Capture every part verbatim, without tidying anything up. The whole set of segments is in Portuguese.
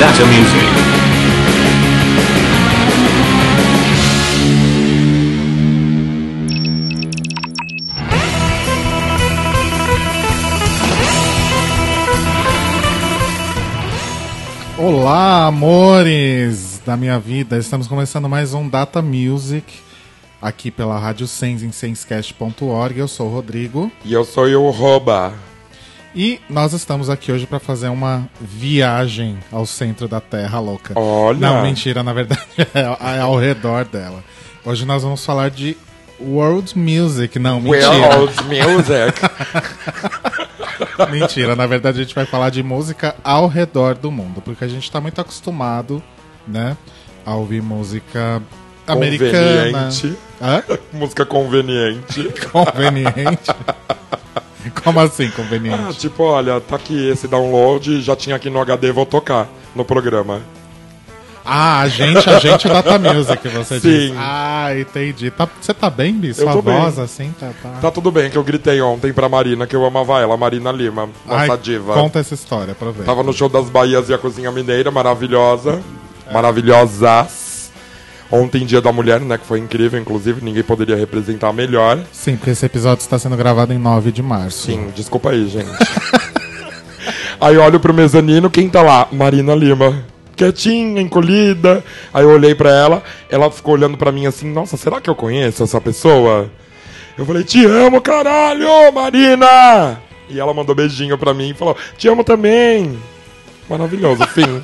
Data Music. Olá, amores da minha vida. Estamos começando mais um Data Music aqui pela Rádio Sens em senscast ponto org. Eu sou o Rodrigo. E eu sou o Roba. E nós estamos aqui hoje para fazer uma viagem ao centro da Terra louca. Olha! Não, mentira, na verdade é ao redor dela. Hoje nós vamos falar de World Music. Não, mentira. World Music. Mentira, na verdade a gente vai falar de música ao redor do mundo, porque a gente está muito acostumado, né, a ouvir música americana. Conveniente. Hã? Música conveniente. Conveniente? Como assim, conveniente? Ah, tipo, olha, tá aqui esse download, já tinha aqui no H D, vou tocar no programa. Ah, a gente, a gente Data Music, você Sim. diz. Ah, entendi. Tá, você tá bem, Bi? Eu Sua tô voz, bem. assim, tá... Tá, Tá tudo bem, que eu gritei ontem pra Marina que eu amava ela, Marina Lima, nossa Ai, diva. Conta essa história, aproveita. Tava no show das Bahias e a Cozinha Mineira, maravilhosa. É. Maravilhosas. Ontem, Dia da Mulher, né, que foi incrível, inclusive, ninguém poderia representar melhor. Sim, porque esse episódio está sendo gravado em nove de março. Sim, desculpa aí, gente. Aí eu olho pro mezanino, quem tá lá? Marina Lima. Quietinha, encolhida. Aí eu olhei pra ela, ela ficou olhando pra mim assim, nossa, será que eu conheço essa pessoa? Eu falei, te amo, caralho, Marina! E ela mandou beijinho pra mim e falou, te amo também. Maravilhoso, fim.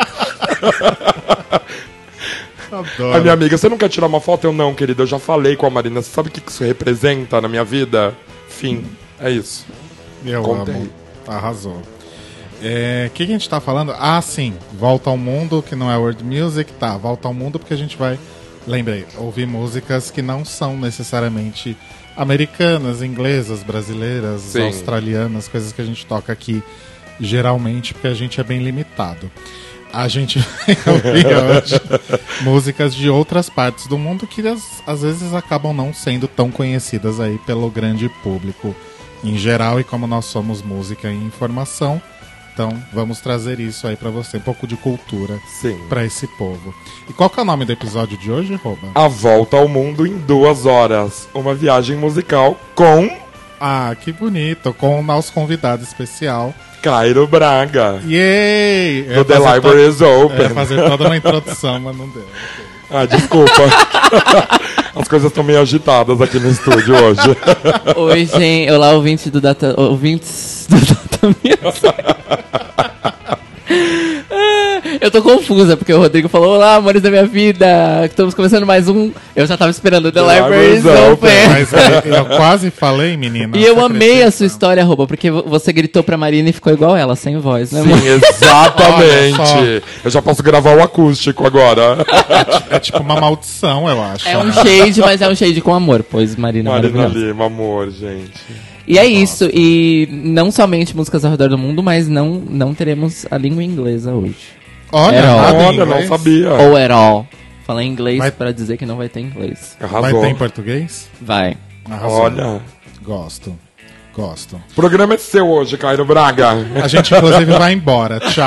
Adoro. A minha amiga, você não quer tirar uma foto? Eu não, querida, eu já falei com a Marina. Você sabe o que isso representa na minha vida? Fim, é isso. Eu Contei. amo. Arrasou. É, o que, que a gente tá falando? Ah, sim. Volta ao Mundo, que não é World Music. Tá, Volta ao Mundo porque a gente vai, lembrei, ouvir músicas que não são necessariamente americanas, inglesas, brasileiras, Sim. australianas, coisas que a gente toca aqui geralmente porque a gente é bem limitado. A gente vai ouvir hoje músicas de outras partes do mundo que às, às vezes acabam não sendo tão conhecidas aí pelo grande público em geral, e como nós somos música e informação, então vamos trazer isso aí pra você, um pouco de cultura Sim. pra esse povo. E qual que é o nome do episódio de hoje, Roba? A Volta ao Mundo em Duas Horas. Uma viagem musical com Ah, que bonito, com o nosso convidado especial, Cairo Braga. Yay! Eu Do ia The fazer Library to- is eu Open. ia fazer toda uma introdução, mas não deu. Ah, desculpa. As coisas estão meio agitadas aqui no estúdio hoje. Oi, gente. Olá, ouvintes do Data... Ouvintes do Data Music. Eu tô confusa, porque o Rodrigo falou, olá, amores da minha vida, estamos começando mais um... Eu já tava esperando The, The Library is Library is Open. Mas é, eu quase falei, menina. E eu você amei acredita? a sua história, Arroba, porque você gritou pra Marina e ficou igual ela, sem voz, né, amor? Sim, exatamente. Olha Eu já posso gravar o acústico agora. É tipo uma maldição, eu acho. É um né? shade, mas é um shade com amor, pois Marina, Marina maravilhosa. Lima, amor, gente. E é isso, e não somente músicas ao redor do mundo, mas não, não teremos a língua inglesa hoje. Olha, Era nada em Olha, não inglês. sabia. Ou at all. Falar em inglês Vai- pra dizer que não vai ter inglês. Vai Arrasou. ter em português? Vai. Arrasou. Olha. Gosto. Gosto. O programa é seu hoje, Cairo Braga. A gente, inclusive, vai embora. Tchau.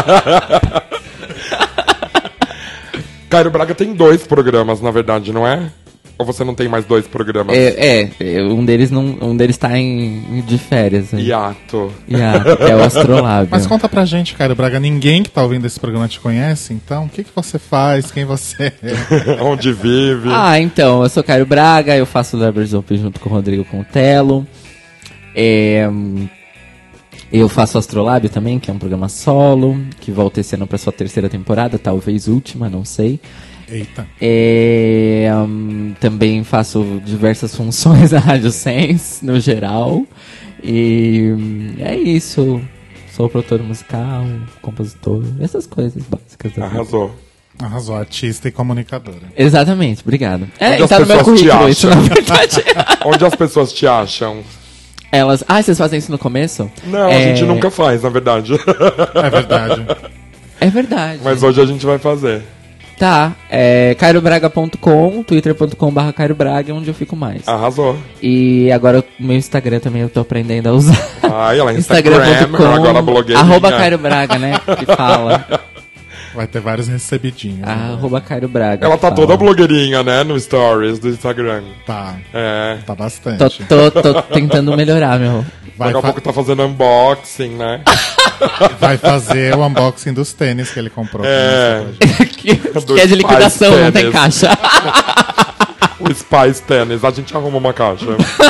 Cairo Braga tem dois programas, na verdade, não é? Ou você não tem mais dois programas? É, é, um deles não, um deles tá em, de férias. Né? Hiato. Yeah, que é o Astrolábio. Mas conta pra gente, Cairo Braga. Ninguém que tá ouvindo esse programa te conhece, então o que, que você faz? Quem você é? Onde vive. Ah, então, eu sou Cairo Braga, eu faço o Libraries Open junto com o Rodrigo Contelo. É, eu faço o Astrolábio também, que é um programa solo, que volta esse ano pra sua terceira temporada, talvez última, não sei. Eita. É, hum, também faço diversas funções na Rádio Sens, no geral. E hum, é isso. Sou produtor musical, compositor, essas coisas básicas. Da vida. Arrasou. Arrasou. Artista e comunicadora. Exatamente, obrigado. É, Onde as tá no meu pessoas te currículo isso, na acham? verdade. Onde as pessoas te acham? Elas... Ah, vocês fazem isso no começo? Não, a É, gente nunca faz, na verdade. É verdade. É verdade. Mas hoje a gente vai fazer. Tá, é cairo braga ponto com, twitter ponto com barra cairo braga, é onde eu fico mais. Arrasou. E agora o meu Instagram também eu tô aprendendo a usar. Ai, ela é Instagram, Instagram ponto com, agora blogueirinha. arroba Cairo Braga, né, que fala. Vai ter vários recebidinhos. né? Arroba Cairo Braga. Ela tá fala. toda blogueirinha, né? No stories do Instagram. Tá, É. tá bastante. Tô, tô, tô tentando melhorar, meu. Vai, Daqui a fa- pouco tá fazendo unboxing, né? vai fazer o unboxing dos tênis que ele comprou. É. que, Do que é de liquidação, Spice não tem Tennis. caixa. O Spice Tennis. A gente arruma uma caixa.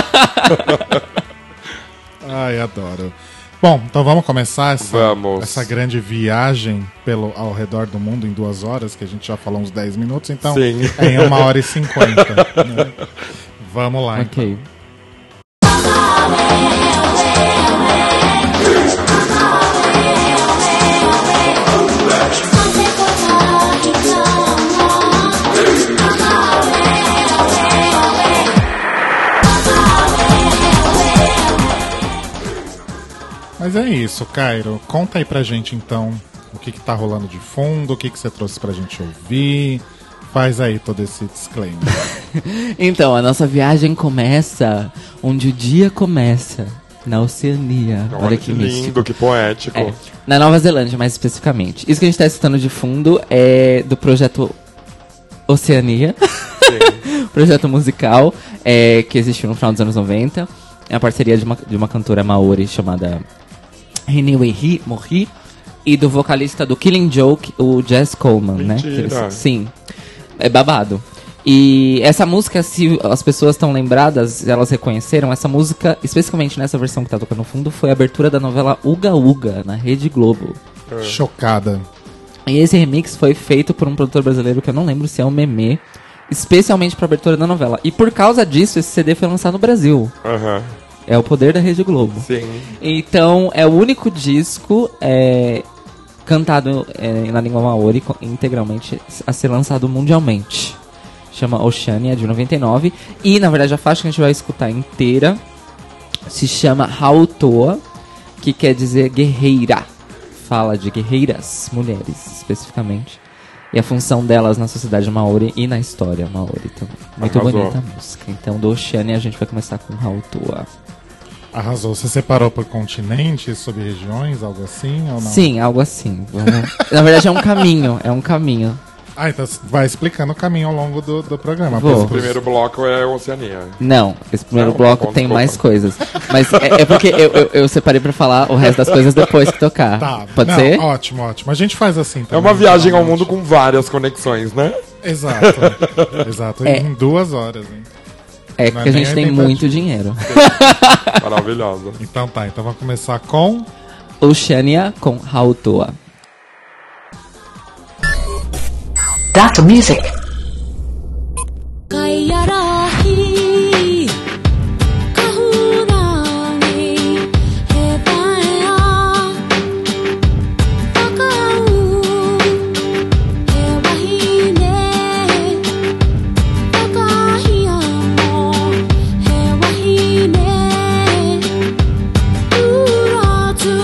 Ai, adoro. Bom, então vamos começar essa, Vamos. essa grande viagem pelo, ao redor do mundo em duas horas, que a gente já falou uns dez minutos, então Sim. é em uma hora e cinquenta. Né? Vamos lá, então. Ok. Mas é isso, Cairo. Conta aí pra gente, então, o que que tá rolando de fundo, o que que você trouxe pra gente ouvir. Faz aí todo esse disclaimer. Então, a nossa viagem começa onde o dia começa, na Oceania. Olha, Olha que, que místico. lindo, que poético. É, na Nova Zelândia, mais especificamente. Isso que a gente tá escutando de fundo é do projeto Oceania, Sim. projeto musical é, que existiu no final dos anos noventa. É a parceria de uma, de uma cantora maori chamada Hiniwe Mohi e do vocalista do Killing Joke, o Jess Coleman, né? Que Mentira. eles- sim, é babado. E essa música, se as pessoas estão lembradas, elas reconheceram, essa música, especificamente nessa versão que tá tocando no fundo, foi a abertura da novela Uga Uga, na Rede Globo. Chocada. E esse remix foi feito por um produtor brasileiro que eu não lembro se é o Memê, especialmente pra abertura da novela. E por causa disso, esse C D foi lançado no Brasil. Aham. É o poder da Rede Globo. Sim. Então, é o único disco é, cantado é, na língua maori co- integralmente a ser lançado mundialmente. Chama Oceania, de noventa e nove. E, na verdade, a faixa que a gente vai escutar inteira se chama Hautoa, que quer dizer guerreira. Fala de guerreiras, mulheres, especificamente. E a função delas na sociedade maori e na história maori também. Muito Arrasou. bonita a música. Então, do Oceania, a gente vai começar com Hautoa. Arrasou. Você separou por continentes, sub-regiões, algo assim, ou não? Sim, algo assim. Vamos- Na verdade é um caminho, é um caminho. Ah, então vai explicando o caminho ao longo do, do programa. Vou. O Pros- primeiro bloco é Oceania. Não, esse primeiro Não, bloco conta, tem conta. mais coisas. Mas é, é porque eu, eu, eu separei pra falar o resto das coisas depois que tocar. Tá. Pode Não, ser? Ótimo, ótimo. A gente faz assim É também. uma viagem ao geralmente. mundo com várias conexões, né? Exato. Exato. É. Em duas horas, hein? É não é porque a nem gente tem oitenta muito dias. dinheiro. Maravilhosa. Então tá, então vamos começar com... Oceania com Hautoa. Data Music. Kayarahi kahunani hebaya takau hewahine takahiyamo hewahine uratu.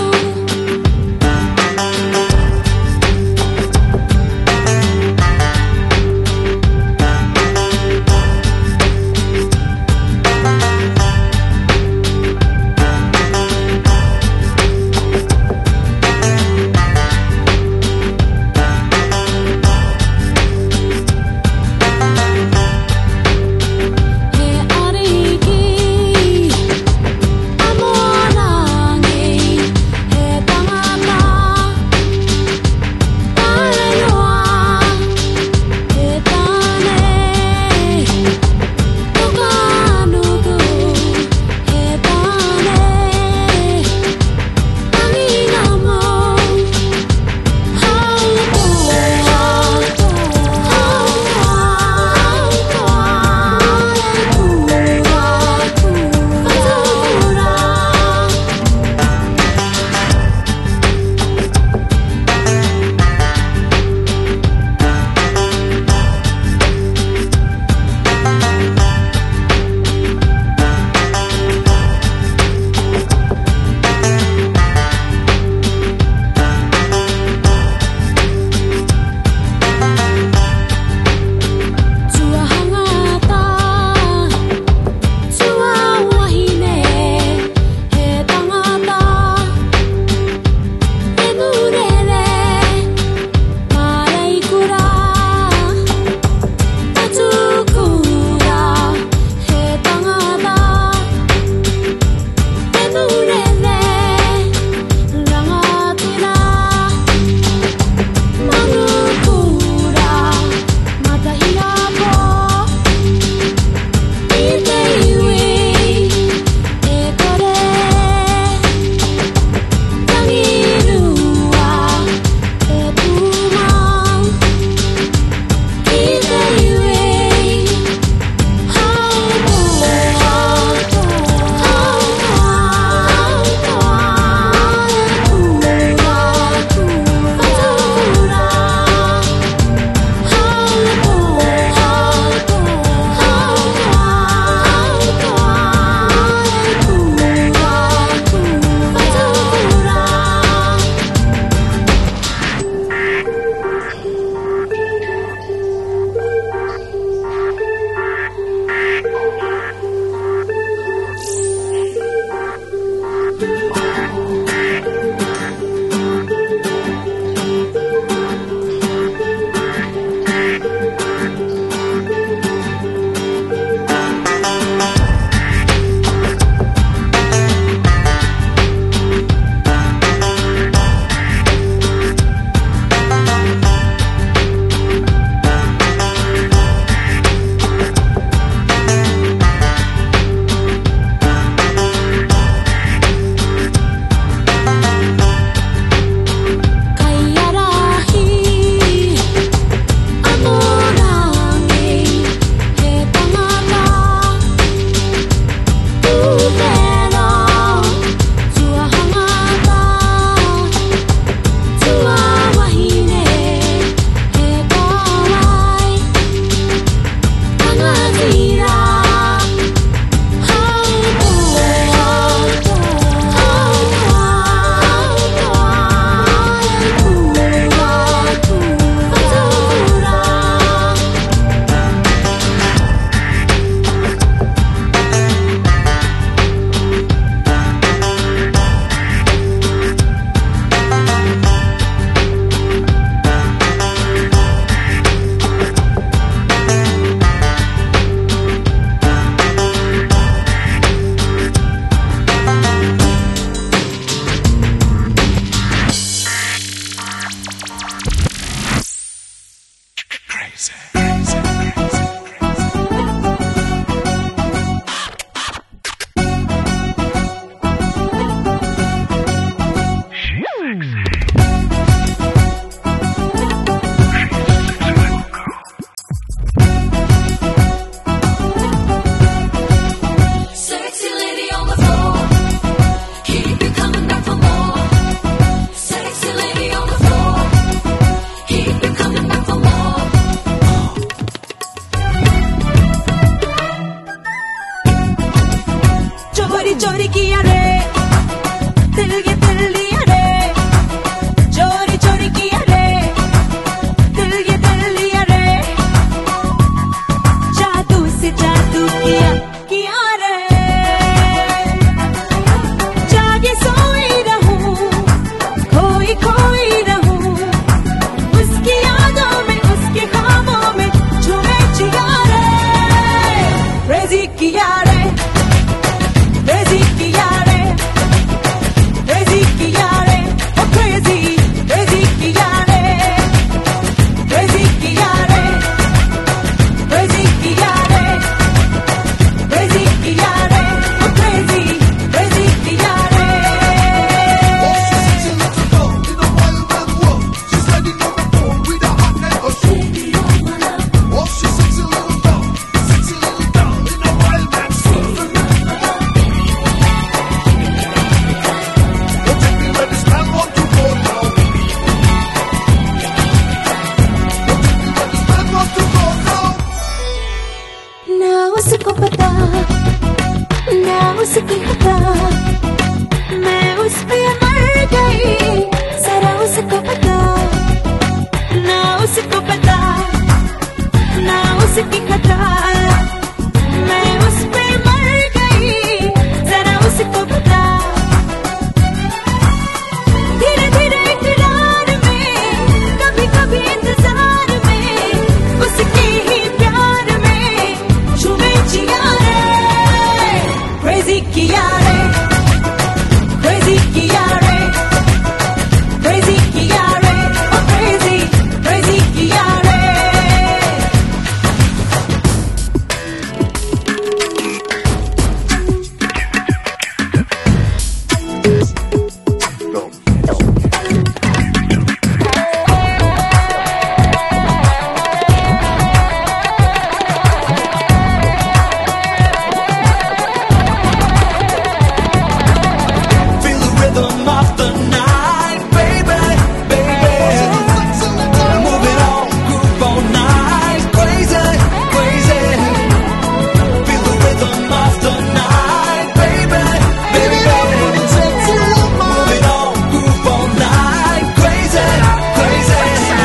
Feel the rhythm of the night, baby, baby. Moving on, groove all night, crazy, crazy. Feel the rhythm of the night, baby, baby. Moving on, groove all night, crazy, crazy.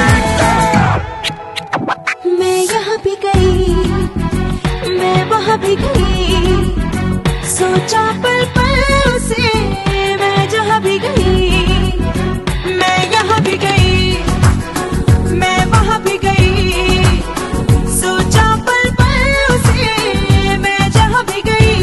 मैं यहाँ भी गई, मैं वहाँ भी गई, सोचा पल पल उसे, मैं जहाँ भी गई, मैं यहाँ भी गई, मैं वहाँ भी गई, सोचा पल पल उसे, मैं जहाँ भी गई,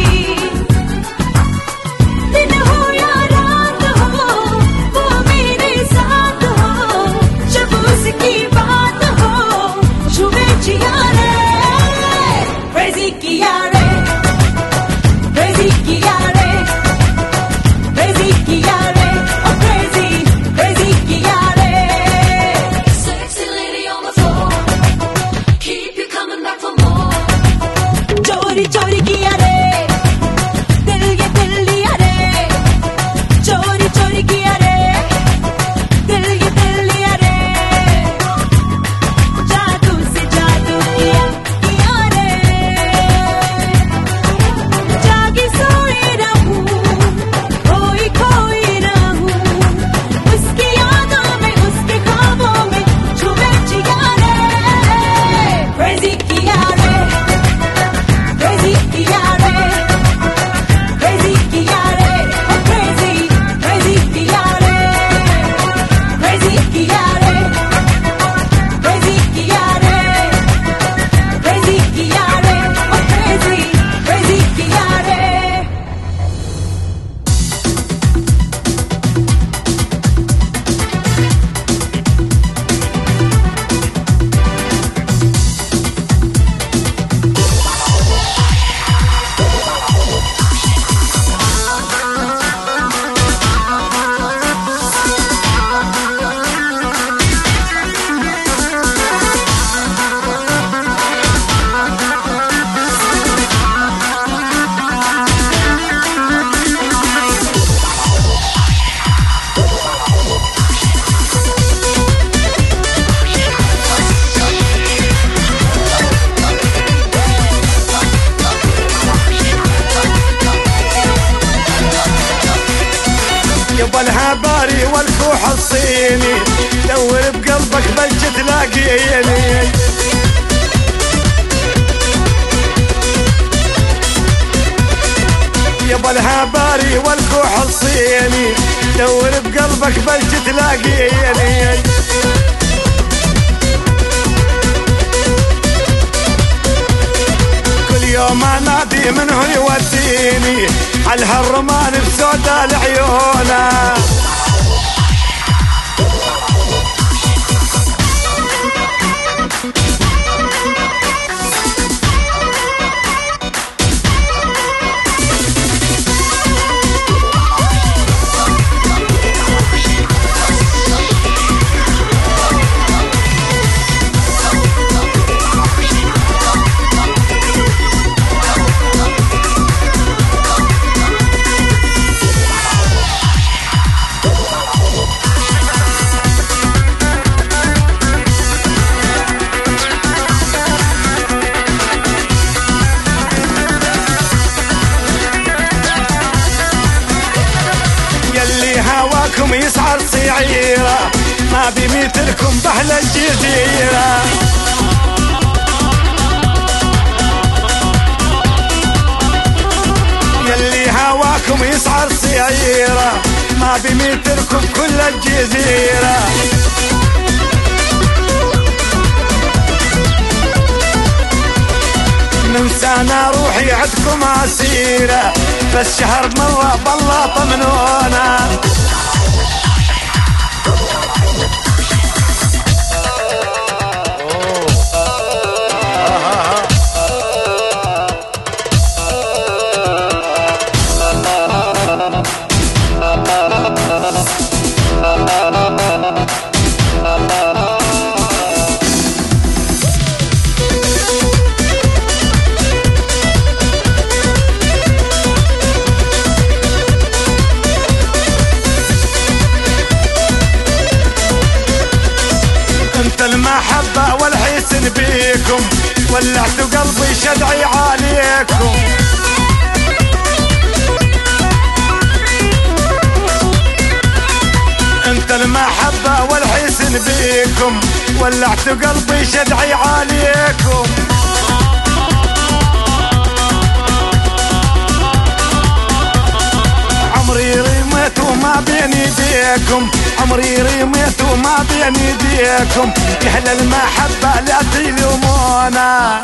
दिन हो या रात हो, वो मेरे साथ हो, जब उसकी बात हो, छुए जिया रे, crazy किया रे, crazy किया रे, crazy किया रे, oh crazy, crazy किया रे. Sexy lady on the floor, keep you coming back for more. चोरी चोरी किया रे, दिल ये दिल लिया रे, चोरी चोरी किया रे, दिल ये दिल लिया रे, जादू से जादू किया किया रे, जागी सोई रहूं, खोई खोई रहूं, उसकी यादों में, उसके ख्वाबों में, छुए जिया रे, crazy किया रे, crazy किया रे, crazy किया रे, oh crazy, crazy किया रे, crazy किया रे, crazy किया रे, crazy किया रे, oh crazy, crazy किया रे. يبا الهباري والكوح الصيني، دور بقلبك بلج تلاقيني. يبا الهباري والكوح الصيني، دور بقلبك بلج تلاقيني. كل يوم انادي منه يوديني، على هالرمان بسودا العيونه. هواكم يسعر صعيرة، ما بمثلكم بأهل الجزيرة. يلي هواكم يسعر صعيرة، ما بمثلكم كل الجزيرة. ننسى انا روحي عدكم اسيرة، بس شهر مرة بالله طمنونا. المحبة والحسن بيكم ولعت قلبي شدعي عليكم انت المحبة والحسن بيكم ولعت قلبي شدعي عليكم عمري رميت وما بين يديكم عمري رميت وما بين يديكم يهل المحبة لا تلومونا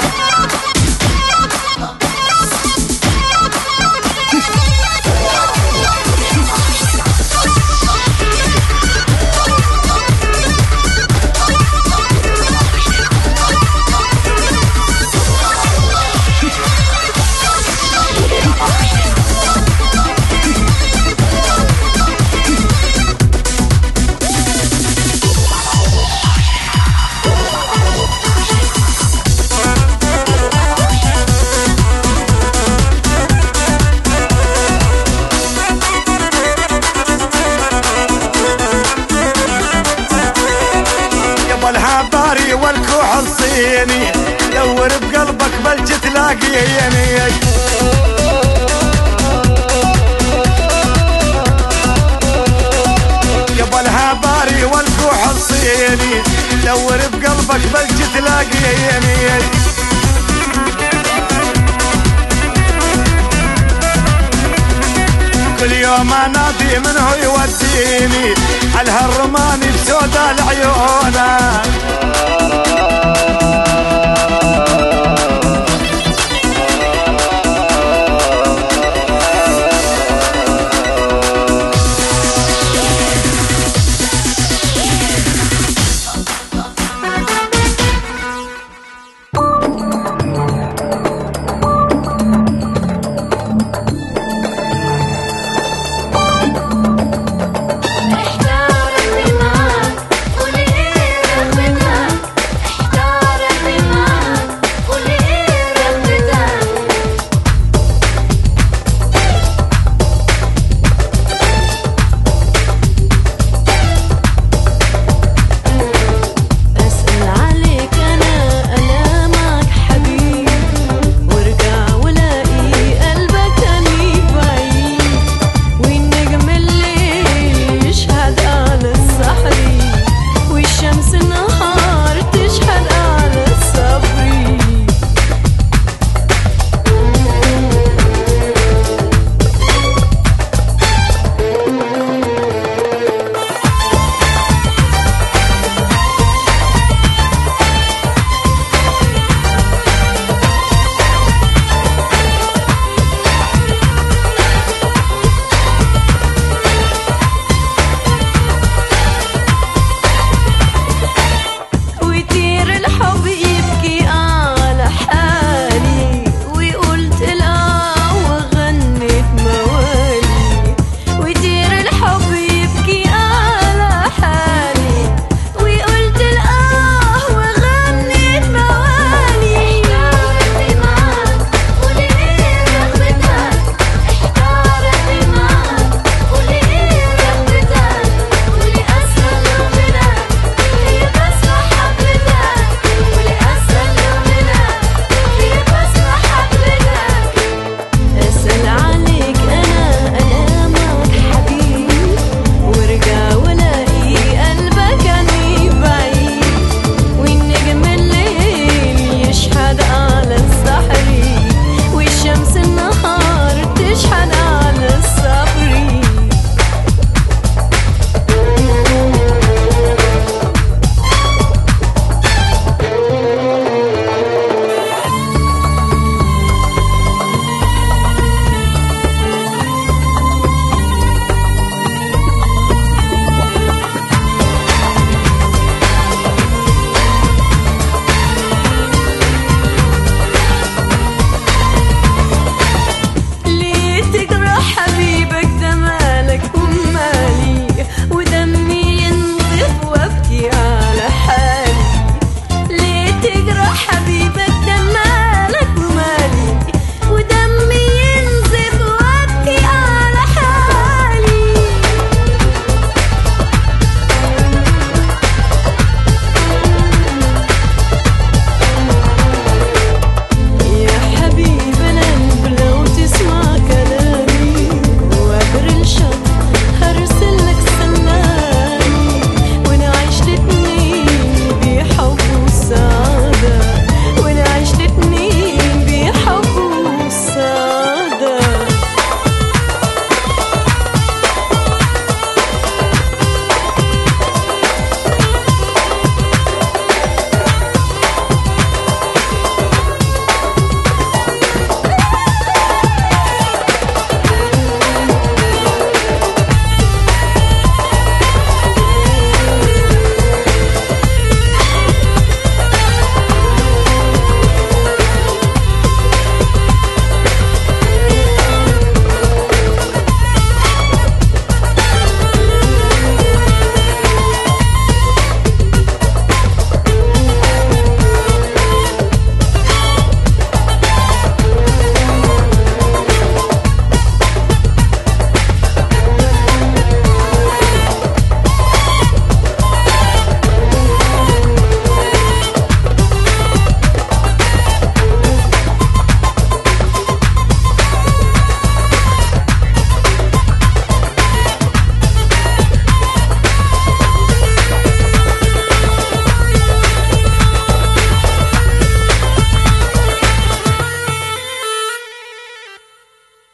الهباري والكوح الصيني دور بقلبك بلج تلاقيني يابا الهباري والكوح الصيني دور بقلبك بلج تلاقيني كل يوم انادي منه يوديني على هالرماني بسودا العيونه احتار معاك قولي ايه رغبتك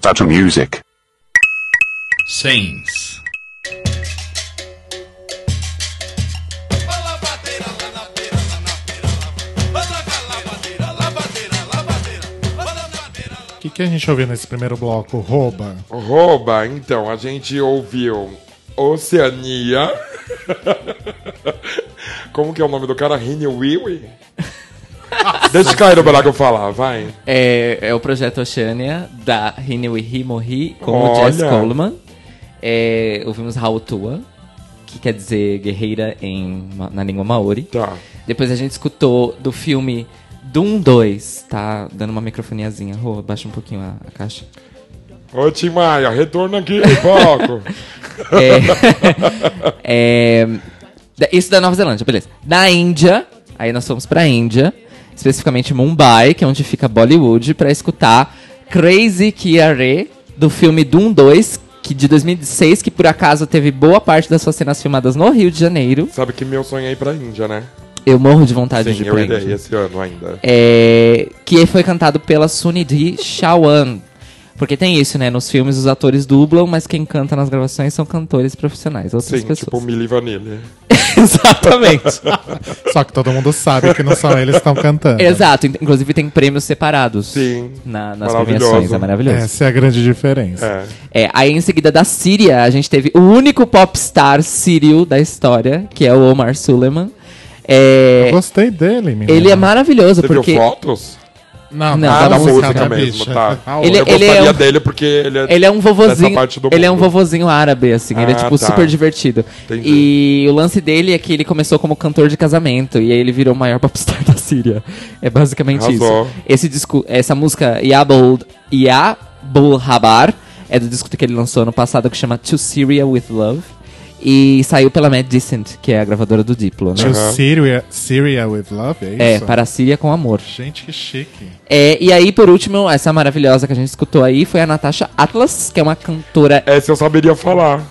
Data Music. Scenes. O que, que a gente ouviu nesse primeiro bloco? Rouba. Rouba, então, a gente ouviu Oceania. Como que é o nome do cara? Rini Wiwi? Deixa o Cairo Braga falar, vai. É, é o projeto Oceania, da Hinewi Himohi, com Olha. o Jess Coleman. É, ouvimos Hautua, que quer dizer guerreira em, na língua maori. Tá. Depois a gente escutou do filme Doom dois, tá dando uma microfoniazinha. Rô, baixa um pouquinho a, a caixa. Ô, Tim Maia, retorna aqui, foco. É, é, da- isso da Nova Zelândia, beleza. Da Índia, aí nós fomos pra Índia, especificamente Mumbai, que é onde fica Bollywood, pra escutar Crazy Kiare, do filme Doom dois, que de dois mil e seis, que por acaso teve boa parte das suas cenas filmadas no Rio de Janeiro. Sabe que meu sonho é ir pra Índia, né? Eu morro de vontade Sim, de ir eu pra irei Índia. esse ano ainda. É, que foi cantado pela Sunidhi Chauhan. Porque tem isso, né? Nos filmes os atores dublam, mas quem canta nas gravações são cantores profissionais, outras Sim, pessoas. tipo Milli Vanilli. Exatamente. Só que todo mundo sabe que não são eles que estão cantando. Exato. In- Inclusive tem prêmios separados. Sim. Na, nas Maravilhoso. premiações. É maravilhoso. Essa é a grande diferença. É. É, aí em seguida da Síria, a gente teve o único popstar sírio da história, que é o Omar Suleiman. É, Eu gostei dele, menino. ele é maravilhoso, Você porque... viu fotos? Não, Não, não, da Ah, da música, música né, mesmo, bicha? tá. Ah, Ele- eu ele gostaria é um- dele porque ele é, Ele é um vovozinho. dessa parte do Ele é um mundo. vovozinho árabe, assim. ele é, Ah, tipo, tá. super divertido. Entendi. E o lance dele é que ele começou como cantor de casamento. E aí ele virou o maior popstar da Síria. É basicamente Arrasou. isso. Esse disco, essa música, Yabul, Yabul Habar, é do disco que ele lançou ano passado, que chama To Syria With Love. E saiu pela Mad Decent, que é a gravadora do Diplo, né? To Aham. Syria, Syria with Love, é É, isso? para a Síria com amor. Gente, que chique. É, e aí, por último, essa maravilhosa que a gente escutou aí foi a Natasha Atlas, que é uma cantora... Essa eu saberia falar.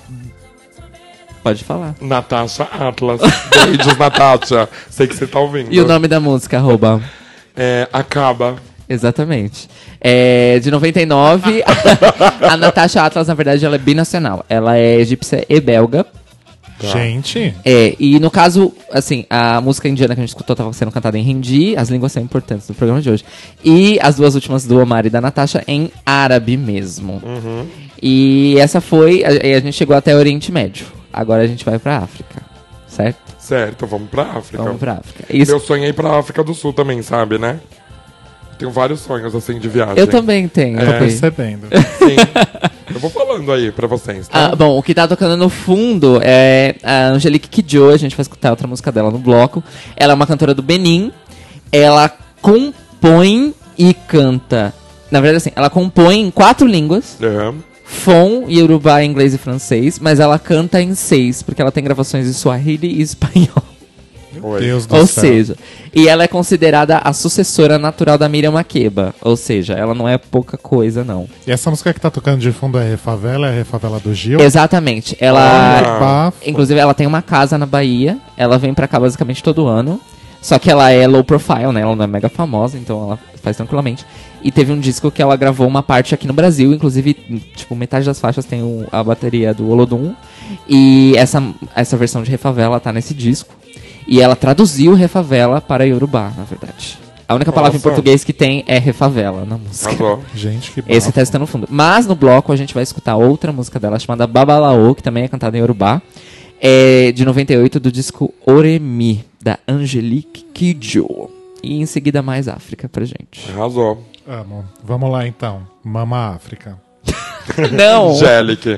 Pode falar. Natasha Atlas. Beijos, Natasha. Sei que você tá ouvindo. E o nome da música, arroba? É, acaba. Exatamente. É, de noventa e nove, a Natasha Atlas, na verdade, ela é binacional. Ela é egípcia e belga. Gente, É, e no caso, assim, a música indiana que a gente escutou estava sendo cantada em hindi, as línguas são importantes no programa de hoje. E as duas últimas do Omar e da Natasha em árabe mesmo. E essa foi, a, a gente chegou até o Oriente Médio. Agora a gente vai pra África, certo? Certo, vamos pra África. Vamos pra África. Isso, Meu sonho é ir pra África do Sul também, sabe, né? Tenho vários sonhos, assim, de viagem. eu também tenho. tô ok. percebendo. Sim. Eu vou falando aí pra vocês, tá? Ah, bom, o que tá tocando no fundo é a Angelique Kidjo, a gente vai escutar outra música dela no bloco. Ela é uma cantora do Benin, ela compõe e canta. Na verdade, assim, ela compõe em quatro línguas, Aham. Fon, Yorubá, inglês e francês, mas ela canta em seis, porque ela tem gravações em Swahili e espanhol. Oi. Deus do Ou céu. seja, e ela é considerada a sucessora natural da Miriam Makeba. Ou seja, ela não é pouca coisa, não. E essa música que tá tocando de fundo é Refavela, é a Refavela do Gil? Exatamente. Ela. Ah. Bafo. Inclusive, ela tem uma casa na Bahia. Ela vem pra cá basicamente todo ano. Só que ela é low profile, né? Ela não é mega famosa, então ela faz tranquilamente. E teve um disco que ela gravou uma parte aqui no Brasil. Inclusive, tipo, metade das faixas tem o- a bateria do Olodum. E essa, essa versão de Refavela tá nesse disco. E ela traduziu Refavela para Yorubá, na verdade. A única palavra em Nossa. português que tem é Refavela na música. Arrasou. Gente, que bafo. Esse tá no fundo. Mas no bloco a gente vai escutar outra música dela chamada Babalaô, que também é cantada em Yorubá. É de noventa e oito, do disco Oremi, da Angelique Kidjo. E em seguida mais África pra gente. Arrasou. Amo. Vamos lá, então. Mama África. Não! Angélica.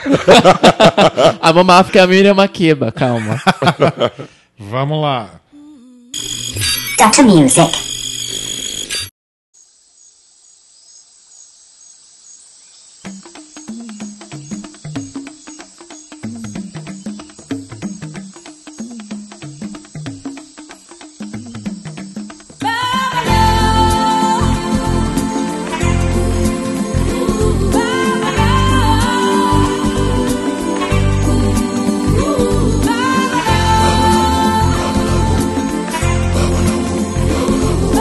A Mama África é a Miriam Makeba, calma. Vamos lá. Data Music. Bye.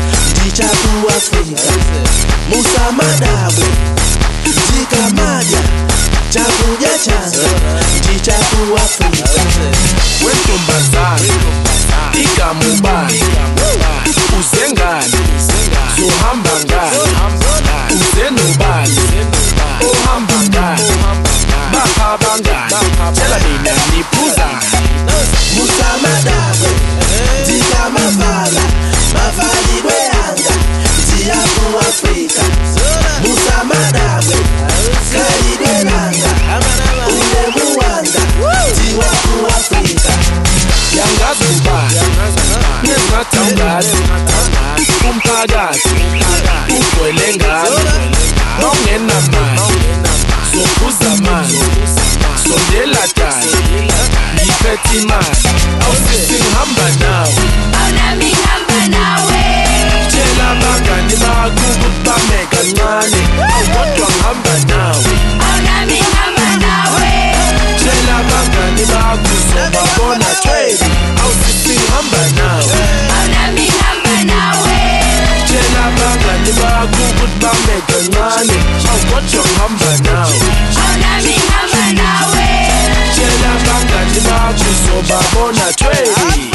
Ndichaku Afrika Musa Madawe Ndikamaja Chakuja changa Ndichaku Afrika Wentombazana Ikamubani Uzengani Zohamba ngani Uzenubani Ohamba ngani Bahaba ngani Tela nina nipuzani Musa Madawe Ndikamafala Mafali weanga Ndichaku Afrika Musa Madawe Kalide nanga Ule muwanga Ndichaku Afrika Yangazubani Nezingathangazi Umphakathi Ugcwele ngami Mawungenamali Sokhuza amali Sondela dala Ngiphethe imali Awusisi ngihamba nawe Awunami ngihamba nawe Tshela abangani bakho ukuthi bame kancane Awukodwa ngihamba nawe Awunami ngihamba nawe Tshela abangani bakho uzobabona tweli Awusisi ngihamba nawe Awunami ngihamba nawe Tshela abangani bakho ukuthi bame kancane Awukodwa ngihamba nawe Awunami ngihamba nawe Tshela abangani bakho uzobabona tweli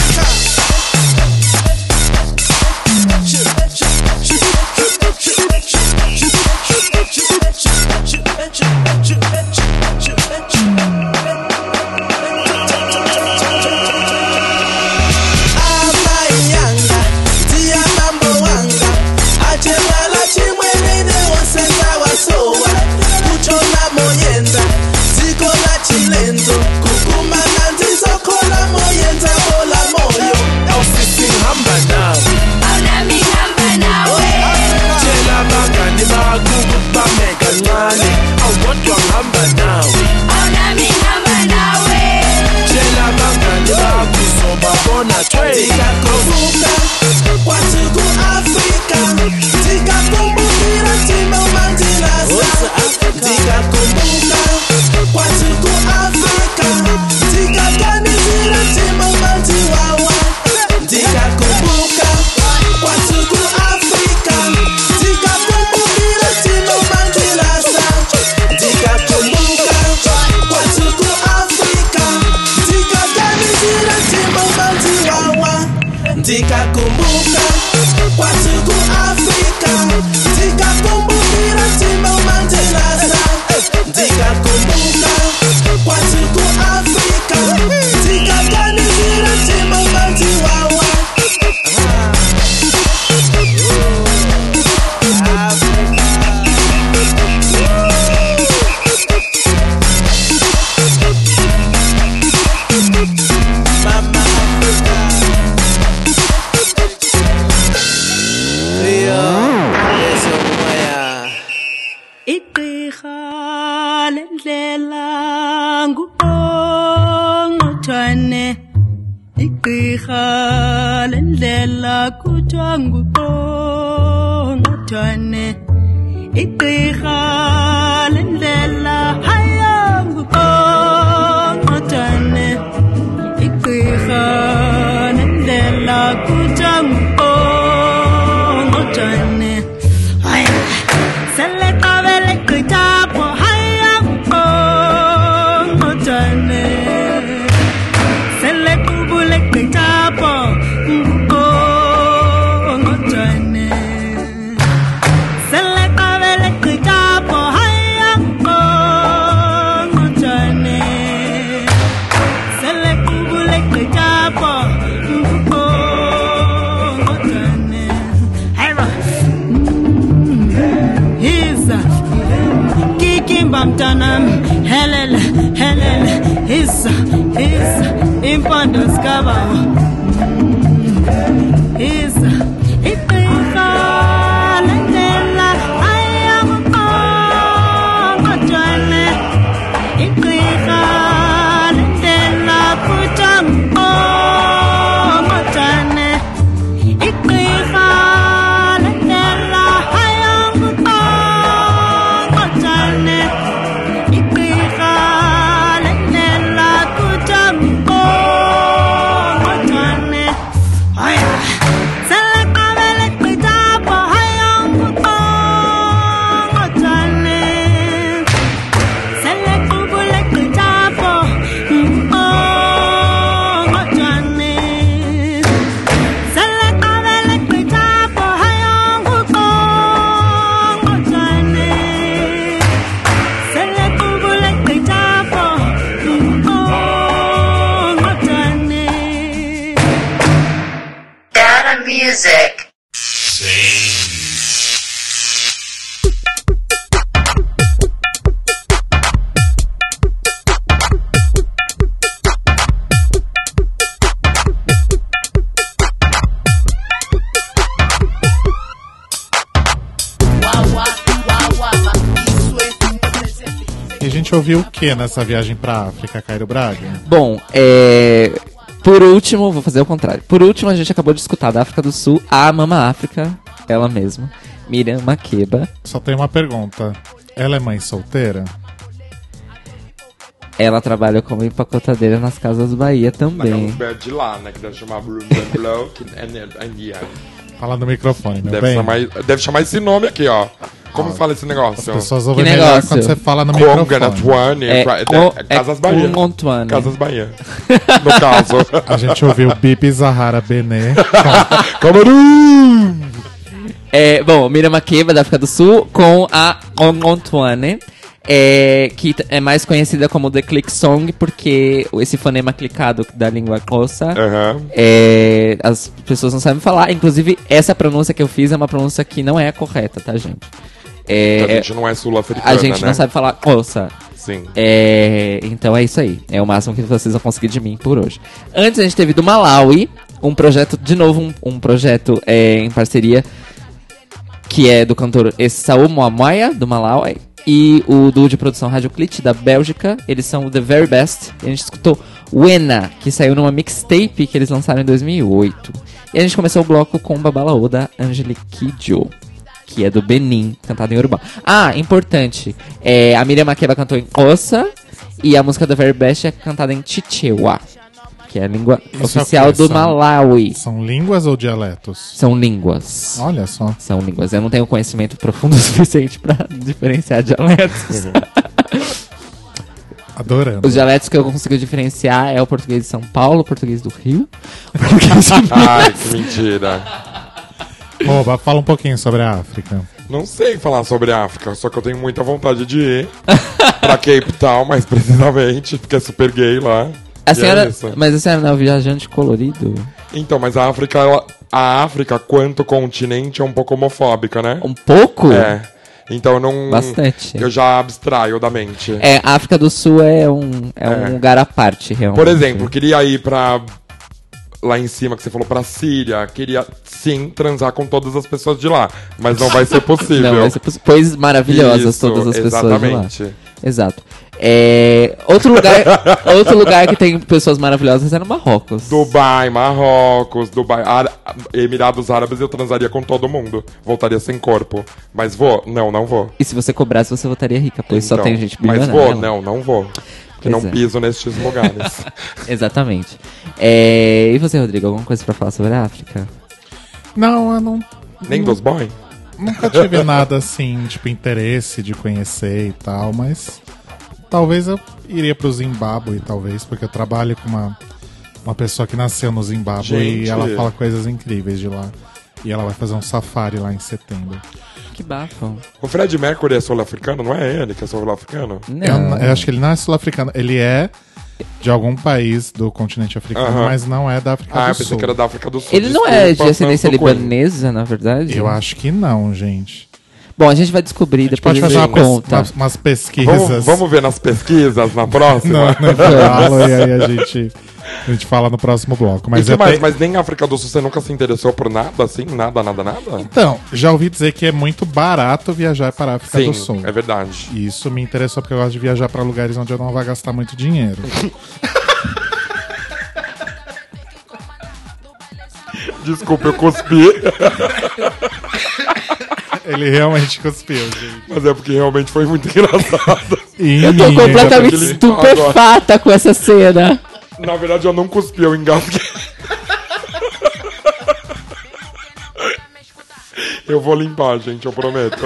Amayanga Ndiya mambo wanga Achemala chimwenene Wonsenza wasowa Kuchona moyenza Zikola chilenzo Kukumana ndizokola moyenza Bola moyo Awusisi ngihamba nawe Awunami ngihamba nawe Tshela abangani bakho ukuthi bame kancane Awukodwa ngihamba nawe Awunami ngihamba nawe Tshela abangani bakho uzobabona tweli Ndikakumbuka Kwathuku Afrika Ndikakumbukira Timo Mandilasa Ndikakumbuka Kwathuku Afrika Ndikakanizira Timo Mandiwawa Ndikakumbuka Kwathuku Afrika Ndikakumbukira Timo Mandilasa Ndikakumbuka Kwathuku Afrika Ndikakanizira Timo Mandiwawa Ndikakumbuka Kwathuku Afrika Ndikakumbukira Timo Mandelasa Ndikakumbuka Kwathuku Afrika Ndikakanizira Timo Mandiwawa Mama Africa Igqirha lendlela nguqongqothwane Igqirha lendlela kuthiwa nguqongqothwane Igqirha lendlela haya nguqongqothwane Igqirha lendlela kuthiwa nguqongqothwane Haya Sele qabele qitapho haya nguqongqothwane Sele qubule qitapho nguqongqothwane Sele qabele qitapho haya nguqongqothwane a gente ouviu o que nessa viagem pra África, Cairo Braga? Bom, é... por último, vou fazer o contrário. Por último, a gente acabou de escutar da África do Sul a Mama África, ela mesma, Miriam Makeba. Só tem uma pergunta. Ela é mãe solteira? Ela trabalha como empacotadeira nas Casas Bahia também. Naquelas bad de lá, né? Que deve chamar Bloom and Blow, que é Indiana. Fala no microfone, meu Deve bem. chamar, deve chamar esse nome aqui, ó. Como fala esse As negócio? pessoas ouvem Que melhor negócio? quando você fala no Conga, microfone. Natuane, É, é, com- é, Casas é Bahia. Congontuane. Casas Bahia. No caso. A gente ouviu Bibi Zahara Bené. Camarão! É, bom, Miriam Makeba, da África do Sul, com a Congontuane, é, que t- é mais conhecida como The Click Song, porque esse fonema clicado da língua coça, Aham. é, as pessoas não sabem falar. Inclusive, essa pronúncia que eu fiz é uma pronúncia que não é a correta, tá, gente? É, A gente não é sul-africana, a gente né? não sabe falar coça. Sim. É, então é isso aí. É o máximo que vocês vão conseguir de mim por hoje. Antes a gente teve do Malawi, um projeto, de novo, um, um projeto é, em parceria, que é do cantor Esau Moamaya, do Malawi, e o duo de produção Rádio Clit, da Bélgica. Eles são o The Very Best. E a gente escutou Wena, que saiu numa mixtape que eles lançaram em dois mil e oito. E a gente começou o bloco com Babalaô, da Angelique Kidjo, que é do Benin, cantado em Urubá. Ah, importante, é, a Miriam Makeba cantou em Xhosa e a música da Very Best é cantada em Chichewa, que é a língua Isso oficial é o quê? do São- Malawi. São línguas ou dialetos? São línguas. Olha só. São línguas. Eu não tenho conhecimento profundo o suficiente pra diferenciar dialetos. Adorando. Os dialetos que eu consigo diferenciar é o português de São Paulo, o português do Rio, o português de Ai, que mentira. Oba, fala um pouquinho sobre a África. Não sei falar sobre a África, só que eu tenho muita vontade de ir pra Cape Town, mais precisamente, porque é super gay lá. A E senhora, é isso. mas a senhora não é um viajante colorido? Então, mas a África, ela- a África, quanto continente, é um pouco homofóbica, né? Um pouco? É. Então eu não. Bastante. Eu já abstraio da mente. É, a África do Sul é um, é um É. lugar à parte, realmente. Por exemplo, queria ir pra. Lá em cima, que você falou, pra Síria. Queria, sim, transar com todas as pessoas de lá. Mas não vai ser possível. Não, vai ser possível. Pois maravilhosas Isso, todas as pessoas exatamente. de lá. Exato. É, outro, lugar, outro lugar que tem pessoas maravilhosas é no Marrocos. Dubai, Marrocos, Dubai, Ara- Emirados Árabes, eu transaria com todo mundo. Voltaria sem corpo. Mas vou? Não, não vou. E se você cobrasse, você votaria rica, pois só Então, tem gente Mas bilionária. vou? lá. Não, não vou. Porque Pois não é. piso nestes lugares. Exatamente. É, e você, Rodrigo, alguma coisa pra falar sobre a África? Não, eu não, Nem dos boy? nunca tive nada assim, tipo, interesse de conhecer e tal, mas talvez eu iria pro Zimbábue, talvez, porque eu trabalho com uma, uma pessoa que nasceu no Zimbábue Gente. e ela fala coisas incríveis de lá. E ela vai fazer um safari lá em setembro. Que bafo. O Fred Mercury é sul-africano? Não é ele que é sul-africano? Eu, Não. eu acho que ele não é sul-africano, ele é de algum país do continente africano, Aham. mas não é da África Ah, do eu pensei Sul. que era da África do Sul. Ele não é de Desculpa, ascendência não sou Queen. libanesa, na verdade? Eu acho que não, gente. Bom, a gente vai descobrir A gente depois pode fazer a uma gente pes- conta. umas, umas pesquisas Vamos, vamos ver nas pesquisas na no, próxima? no intervalo e aí a gente, a gente fala no próximo bloco. Mas e que eu mais? tenho- Mas nem África do Sul você nunca se interessou por nada, assim? Nada, nada, nada? Então, já ouvi dizer que é muito barato viajar para a África Sim, do Sul. é verdade. E isso me interessou porque eu gosto de viajar para lugares onde eu não vou gastar muito dinheiro. Desculpa, eu cuspi. Ele realmente cuspiu, gente. Mas é porque realmente foi muito engraçado. E Eu tô ninguém- completamente aquele- estupefata com essa cena. Na verdade, eu não cuspi, eu engasguei. Eu vou limpar, gente, eu prometo.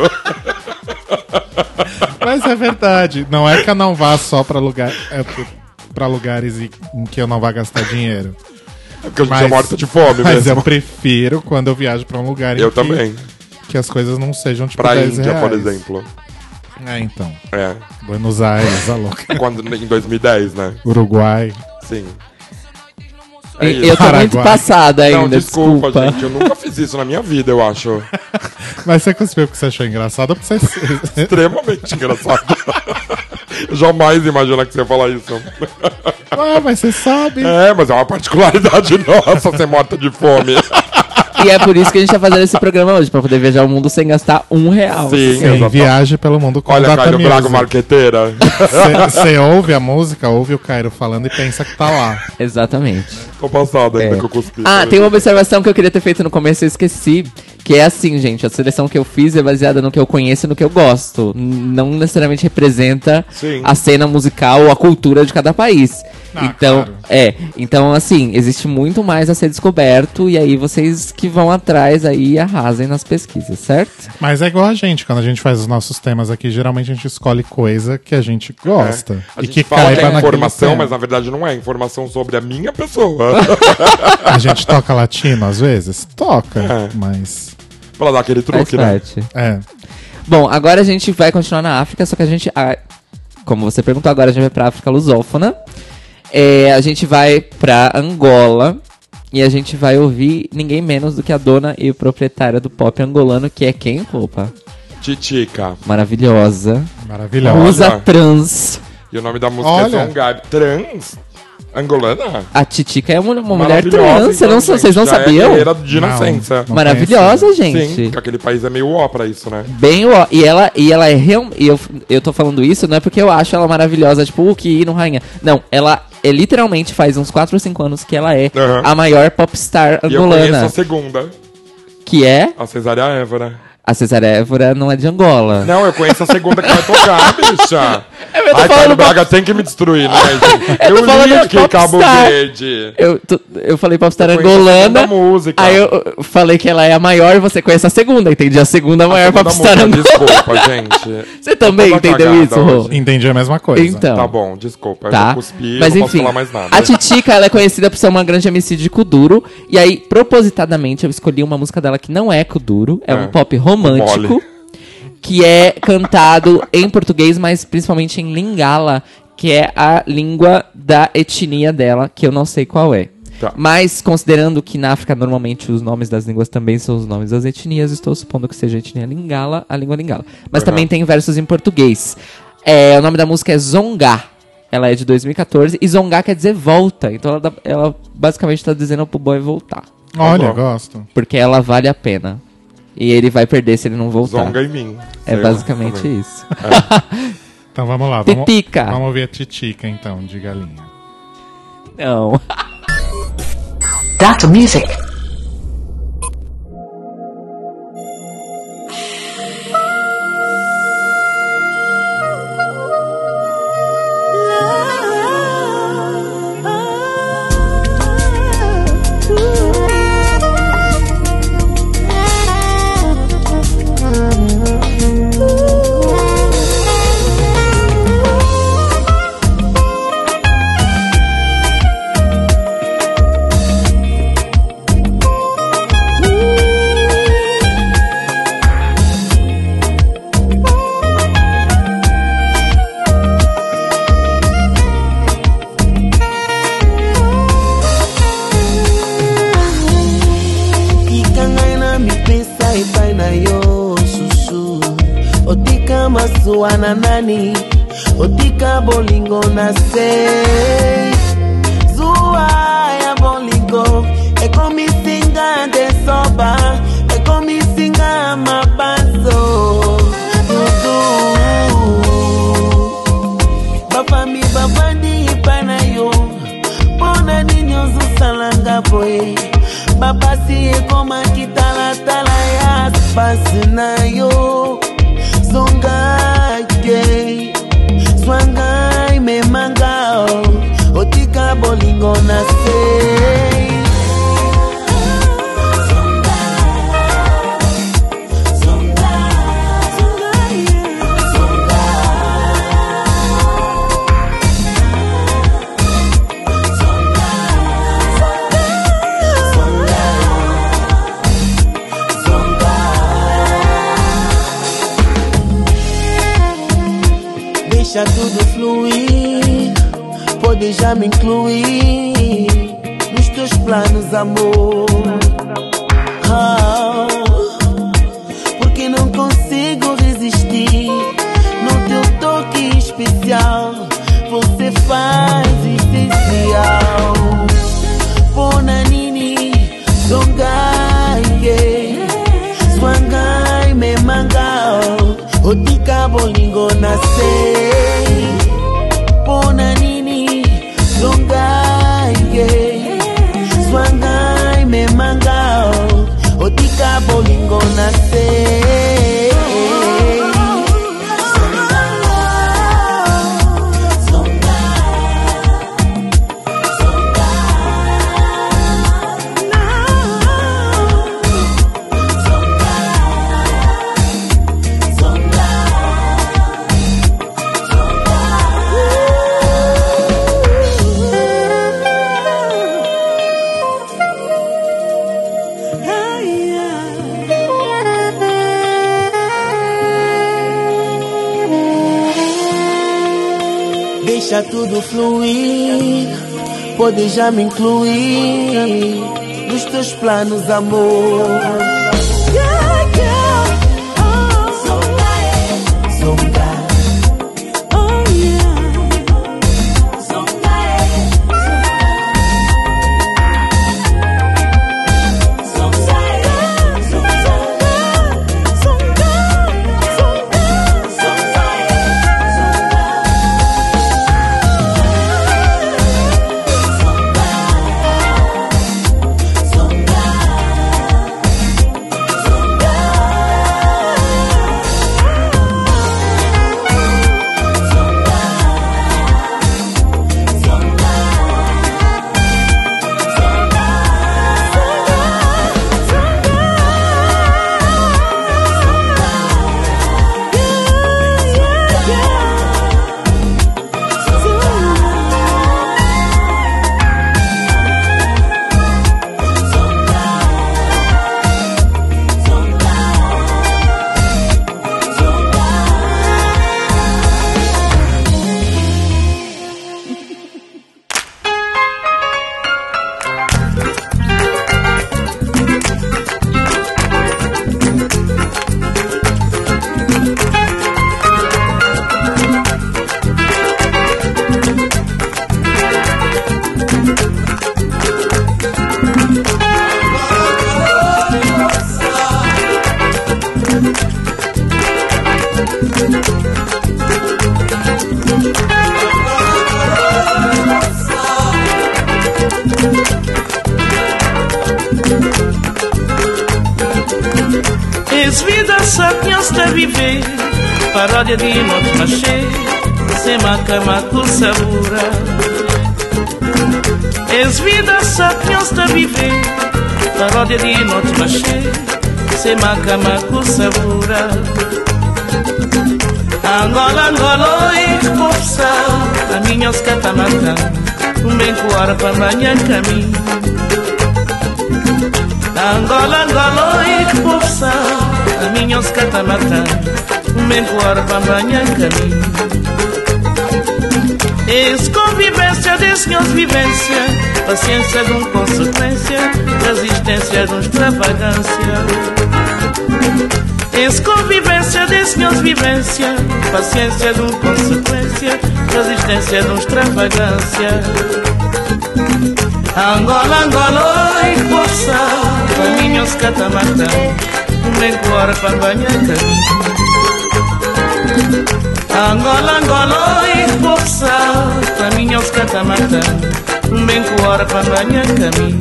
Mas é verdade. Não é que eu não vá só para lugar, é, pra lugares em em que eu não vá gastar dinheiro. É porque a gente Mas, é morta de fome mas eu mesmo. prefiro quando eu viajo para um lugar em Eu que, também. que as coisas não sejam tipo Pra dez Índia, reais. por exemplo. É, então. É. Buenos Aires, a louca. Quando, em dois mil e dez, né? Uruguai. Sim. E- É isso. eu tô Paraguai. muito passada ainda, Não, desculpa, desculpa. gente. Eu nunca fiz isso na minha vida, eu acho. Mas você cuspiu porque você achou engraçado ou porque você... Extremamente engraçado. Eu jamais imagina que você ia falar isso. Ah, mas você sabe. É, mas é uma particularidade nossa ser morta de fome. E é por isso que a gente tá fazendo esse programa hoje, pra poder viajar o mundo sem gastar um real. Sim, Sim, exatamente. viaje pelo mundo com Olha, Data Cairo Braga, Music. marqueteira. Você ouve a música, ouve o Cairo falando e pensa que tá lá. Exatamente. Tô passado ainda É. que eu cuspi. Ah, tem uma observação que eu queria ter feito no começo e eu esqueci. Que é assim, gente, a seleção que eu fiz é baseada no que eu conheço e no que eu gosto. N- Não necessariamente representa Sim. a cena musical ou a cultura de cada país. Ah, então, claro. é. Então, assim, existe muito mais a ser descoberto. E aí vocês que vão atrás aí e arrasem nas pesquisas, certo? Mas é igual a gente, quando a gente faz os nossos temas aqui, geralmente a gente escolhe coisa que a gente gosta. É. A e gente que fala que caiba é naquele informação, tema. mas na verdade não é informação sobre a minha pessoa. A gente toca latino às vezes? Toca, É. mas... Pra dar aquele Faz truque, né? parte. É. Bom, agora a gente vai continuar na África, só que a gente, ah, como você perguntou, agora a gente vai pra África lusófona. É, a gente vai pra Angola e a gente vai ouvir ninguém menos do que a dona e proprietária do pop angolano, que é quem, roupa? Titica. Maravilhosa. Maravilhosa. Musa Olha. trans. E o nome da música Olha. é Zongabi. Trans? Angolana? A Titica é uma, uma mulher Maravilhosa, trans, Você então, não- gente. vocês não Já É sabiam? guerreira de nascença. Não Maravilhosa, conhecia. gente. Sim, porque aquele país é meio ó pra isso, né? Bem, ó, e ela, e ela é real, e eu, eu tô falando isso não é porque eu acho ela maravilhosa, tipo, o que no rainha. Não, ela é literalmente faz uns quatro ou cinco anos que ela é Aham. a maior popstar E eu conheço angolana, a segunda, que é a Cesária Évora. a Cesária Évora, não é de Angola. Não, eu conheço a segunda que vai tocar, bicha. Eu tô Ai, falando Caio pop- Braga tem que me destruir, né, gente? Eu tô Eu, falando li de aqui Cabo popstar. Verde. Eu, tô- eu falei popstar Eu conheço a angolana, segunda música. aí eu, eu falei que ela é a maior, você conhece a segunda, entendi a segunda maior Segunda popstar música, angolana. Desculpa, gente. Você também Tô toda entendeu cagada isso, Rô? hoje. Entendi a mesma coisa. Então. Tá bom, desculpa. Eu Tá, já cuspi, mas eu não posso enfim, falar mais nada. a Titica, ela é conhecida por ser uma grande M C de Kuduro. E aí, propositadamente, eu escolhi uma música dela que não é Kuduro. É, É, um pop romântico. mole. Que é cantado em português, mas principalmente em Lingala, que é a língua da etnia dela, que eu não sei qual é. Tá. Mas, considerando que na África, normalmente, os nomes das línguas também são os nomes das etnias, estou supondo que seja a etnia Lingala, a língua Lingala. Mas Uhum. também tem versos em português. É, o nome da música é Zonga. Ela é de dois mil e quatorze. E Zonga quer dizer volta. Então, ela, dá- ela basicamente está dizendo pro boy voltar. Olha, Tá bom. gosto. Porque ela vale a pena. E ele vai perder se ele não voltar. Zonga em mim. É Sei lá, basicamente também. isso. Então vamos lá. Vamos, Titica. vamos ouvir a Titica, então, de galinha. Não. Data Music. Ikangai na mi pensa e pai na yo susu. Otika masuana nani. Otika bolingo na sei. Zua ya bolingo. E komi singa de soba. E komi singa mabanzo. Dudu. Bafami babandi pai na yo. Bona ninyo zusalanga boy. Babasi ekoma kitalatala ya spasi na yo. Zongaye Swangai me mangao. Otika bolingo na sei. Deixa tudo fluir, pode já me incluir nos teus planos, amor. Ah, porque não consigo resistir no teu toque especial. Você faz essencial. Pona nini, zongai, Otika bolingo na sei Pona nini Zongaye Swangai me mangao Otika bolingo na sei Deixa tudo fluir, pode já me incluir nos teus planos, amor. Yeah, yeah. Oh. Zongae, zongae. Oh yeah. Zongae, zongae. Zongae, zongae. Zongae, zongae. Es vida sapienza viver, paródia de noite machê, sem macamaco sabura. Es vida sapienza viver, paródia de noite machê, sem macamaco sabura. Angola, Angola, e força, caminhos catamatã, um bem coara para banhar caminho. Angola, Angola, e força, caminhos catamatã, um bem coara para banhar caminho. Es convivência de senhores vivência, paciência de um consequência, resistência de um extravagância. Es convivência de senhores vivência, paciência de um consequência, resistência de um extravagância. Angola, Angola, e força, caminhos catamatã, um bem coara para banhar caminho. Angola, Angola, e força, caminhos catamatã, um bem coara para banhar caminho.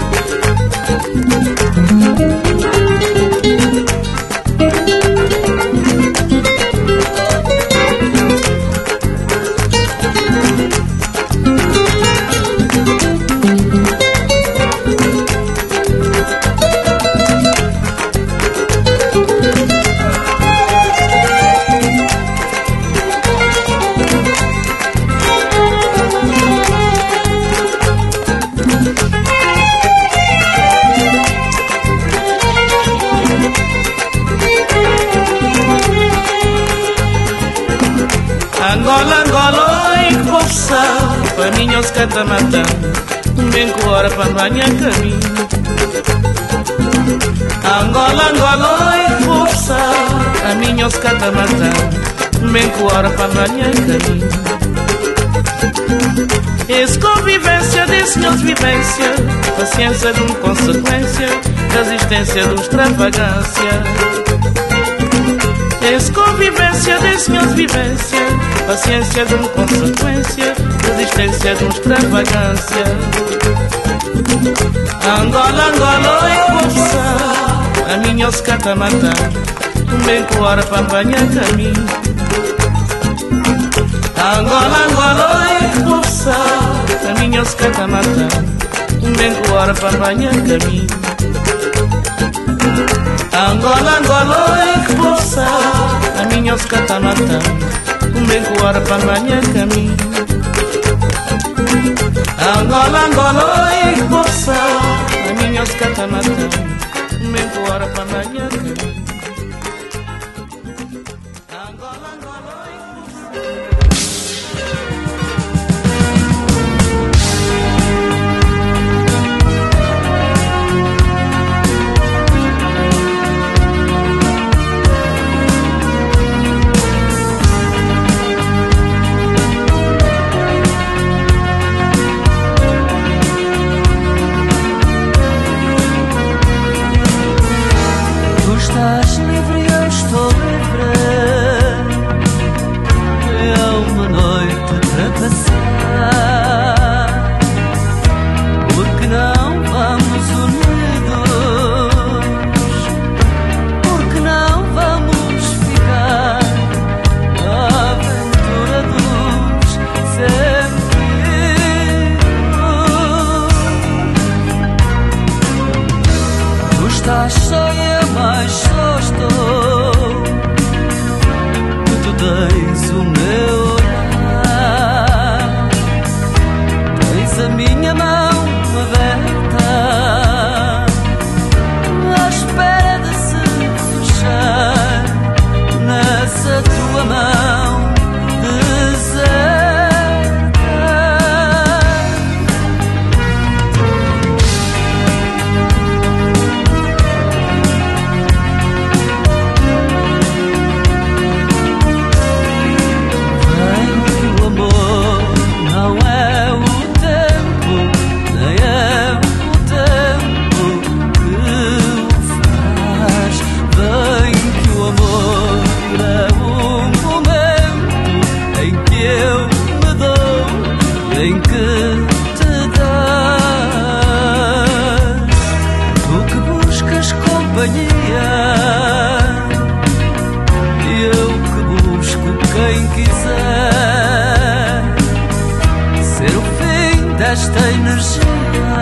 Angola, Angola, e força, caminhos catamatã, um bem coara para banhar caminho. Angola, Angola, e força, caminhos catamatã, um bem coara para banhar caminho. Es convivência de senhores vivência, paciência de um consequência, resistência de um extravagância. Es convivência vivência, de senhor de vivência, paciência de uma consequência, resistência de uma extravagância. Angola, Angola, oi corrupção, a minha os cata matar, bem com hora para banhar caminho. Angola, Angola, oi corrupção, a minha os cata matar, bem com hora para banhar caminho. Angola, Angola, oi corrupção, a minha os cata matar, bem com hora para banhar caminho. Angola, Angola, oi corrupção, a minha os cata matar, bem com hora para banhar caminho. Angola, Angola, estás livre, eu estou livre. É uma noite para passar. Porque não vamos unidos? Porque não vamos ficar na aventura dos sentidos? Tu estás só e eu mais só estou. Tu tens o meu olhar, tens a minha mão aberta, à espera de se fechar nessa tua mão deserta. Esta energia,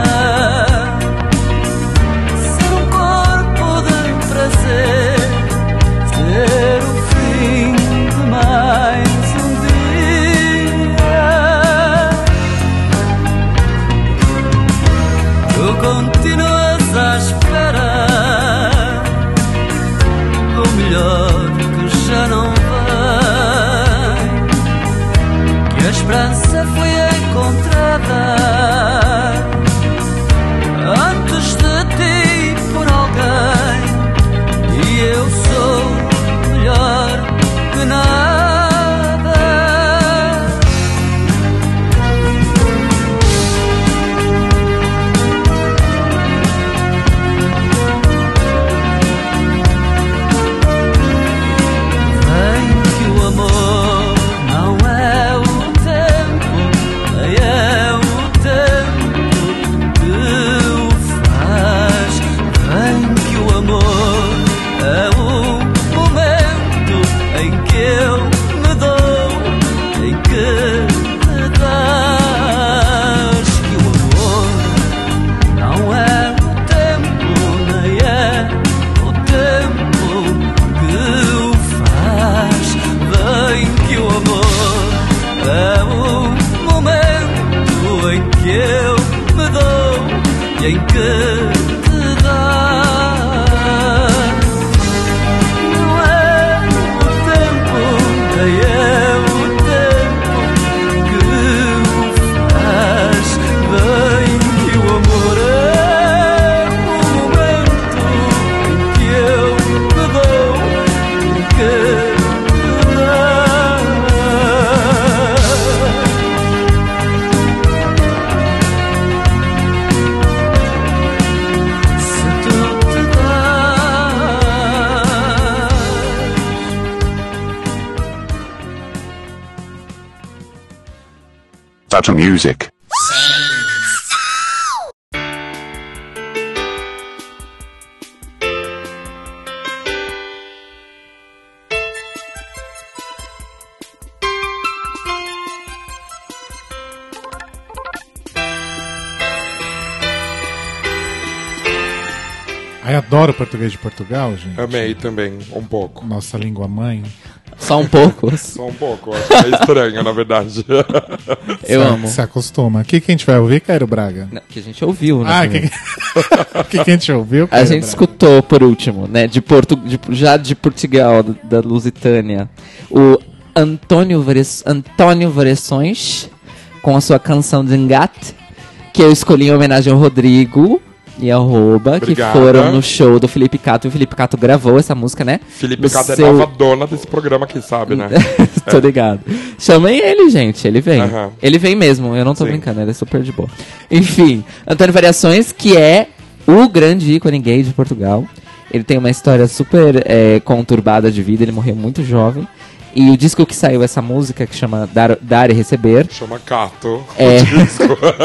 ser um corpo de prazer, ser o fim de mais um dia. Tu continuas à espera do melhor que já não vem, que a esperança foi encontrada antes de ti por alguém, e eu sou melhor que nada. Vem que o amor não é o tempo, Data Music. Ai, adoro português de Portugal, gente. Amei também, um pouco. Nossa língua mãe. Só um pouco? Só um pouco, acho meio estranho, na verdade. Eu se, amo. Se acostuma. O que, que a gente vai ouvir, Cairo Braga? Não, que a gente ouviu, né? Ah, o que, que... que, que a gente ouviu, A Cairo gente Braga? escutou, por último, né, de Porto, de- já de Portugal, da Lusitânia, o Antônio, Vares, Antônio Variações, com a sua canção de Engate, que eu escolhi em homenagem ao Rodrigo e ao Rouba, que Obrigada. foram no show do Felipe Cato, e o Felipe Cato gravou essa música, né? Felipe No Cato é seu- nova dona desse programa aqui, sabe, né? Tô ligado. Chamem ele, gente. Ele vem. Aham. Ele vem mesmo. Eu não tô Sim. brincando. Ele é super de boa. Enfim, Antônio Variações, que é o grande ícone gay de Portugal. Ele tem uma história super é, conturbada de vida. Ele morreu muito jovem. E o disco que saiu, essa música, que chama Dar, Dar e Receber, Chama Cato. É. O disco.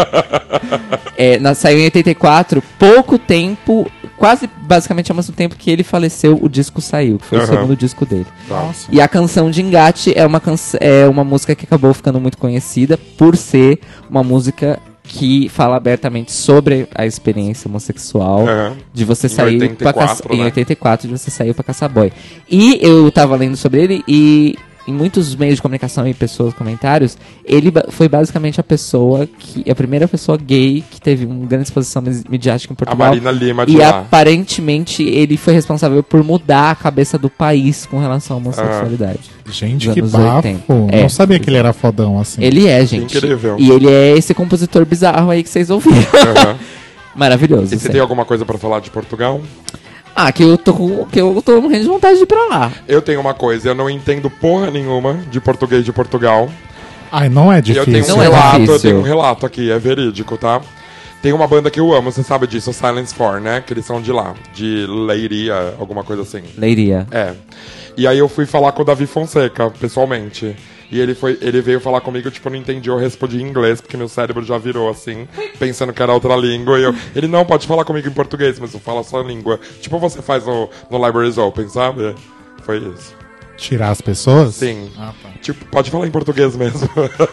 é, na- saiu em oitenta e quatro. Pouco tempo, quase basicamente ao mesmo tempo que ele faleceu, o disco saiu. Que foi o Aham. segundo disco dele. Nossa. E a canção de Engate é uma, canc- é uma música que acabou ficando muito conhecida por ser uma música que fala abertamente sobre a experiência homossexual, Aham. de você Em sair oitenta e pra caça, quatro, em né? oitenta e quatro, de você sair pra caçar boy. E eu tava lendo sobre ele e em muitos meios de comunicação e pessoas, comentários, ele ba- foi basicamente a pessoa que, a primeira pessoa gay que teve uma grande exposição mis- midiática em A Portugal. Marina Lima de E lá. aparentemente ele foi responsável por mudar a cabeça do país com relação à homossexualidade. Gente, Dos que anos bafo. oitenta. Não É. sabia que ele era fodão assim. Ele é, gente. Incrível. E ele é esse compositor bizarro aí que vocês ouviram. Aham. Maravilhoso. E você sério. tem alguma coisa pra falar de Portugal? Ah, que eu tô com, que eu tô morrendo de vontade de ir pra lá. Eu tenho uma coisa, eu não entendo porra nenhuma de português de Portugal. Ai, não é E difícil. eu tenho um Não é relato, eu difícil. tenho um relato aqui, é verídico, tá? Tem uma banda que eu amo, você sabe disso, o Silence Four, né? Que eles são de lá, de Leiria, alguma coisa assim. Leiria. É. E aí eu fui falar com o Davi Fonseca, pessoalmente. E ele, foi, ele veio falar comigo, tipo, eu não entendi, eu respondi em inglês, porque meu cérebro já virou assim, pensando que era outra língua. E eu, ele, não, pode falar comigo em português, mas eu falo a sua língua. Tipo você faz no, no Libraries Open, sabe? Foi isso. Tirar as pessoas? Sim. Ah, tá. Tipo, pode falar em português mesmo.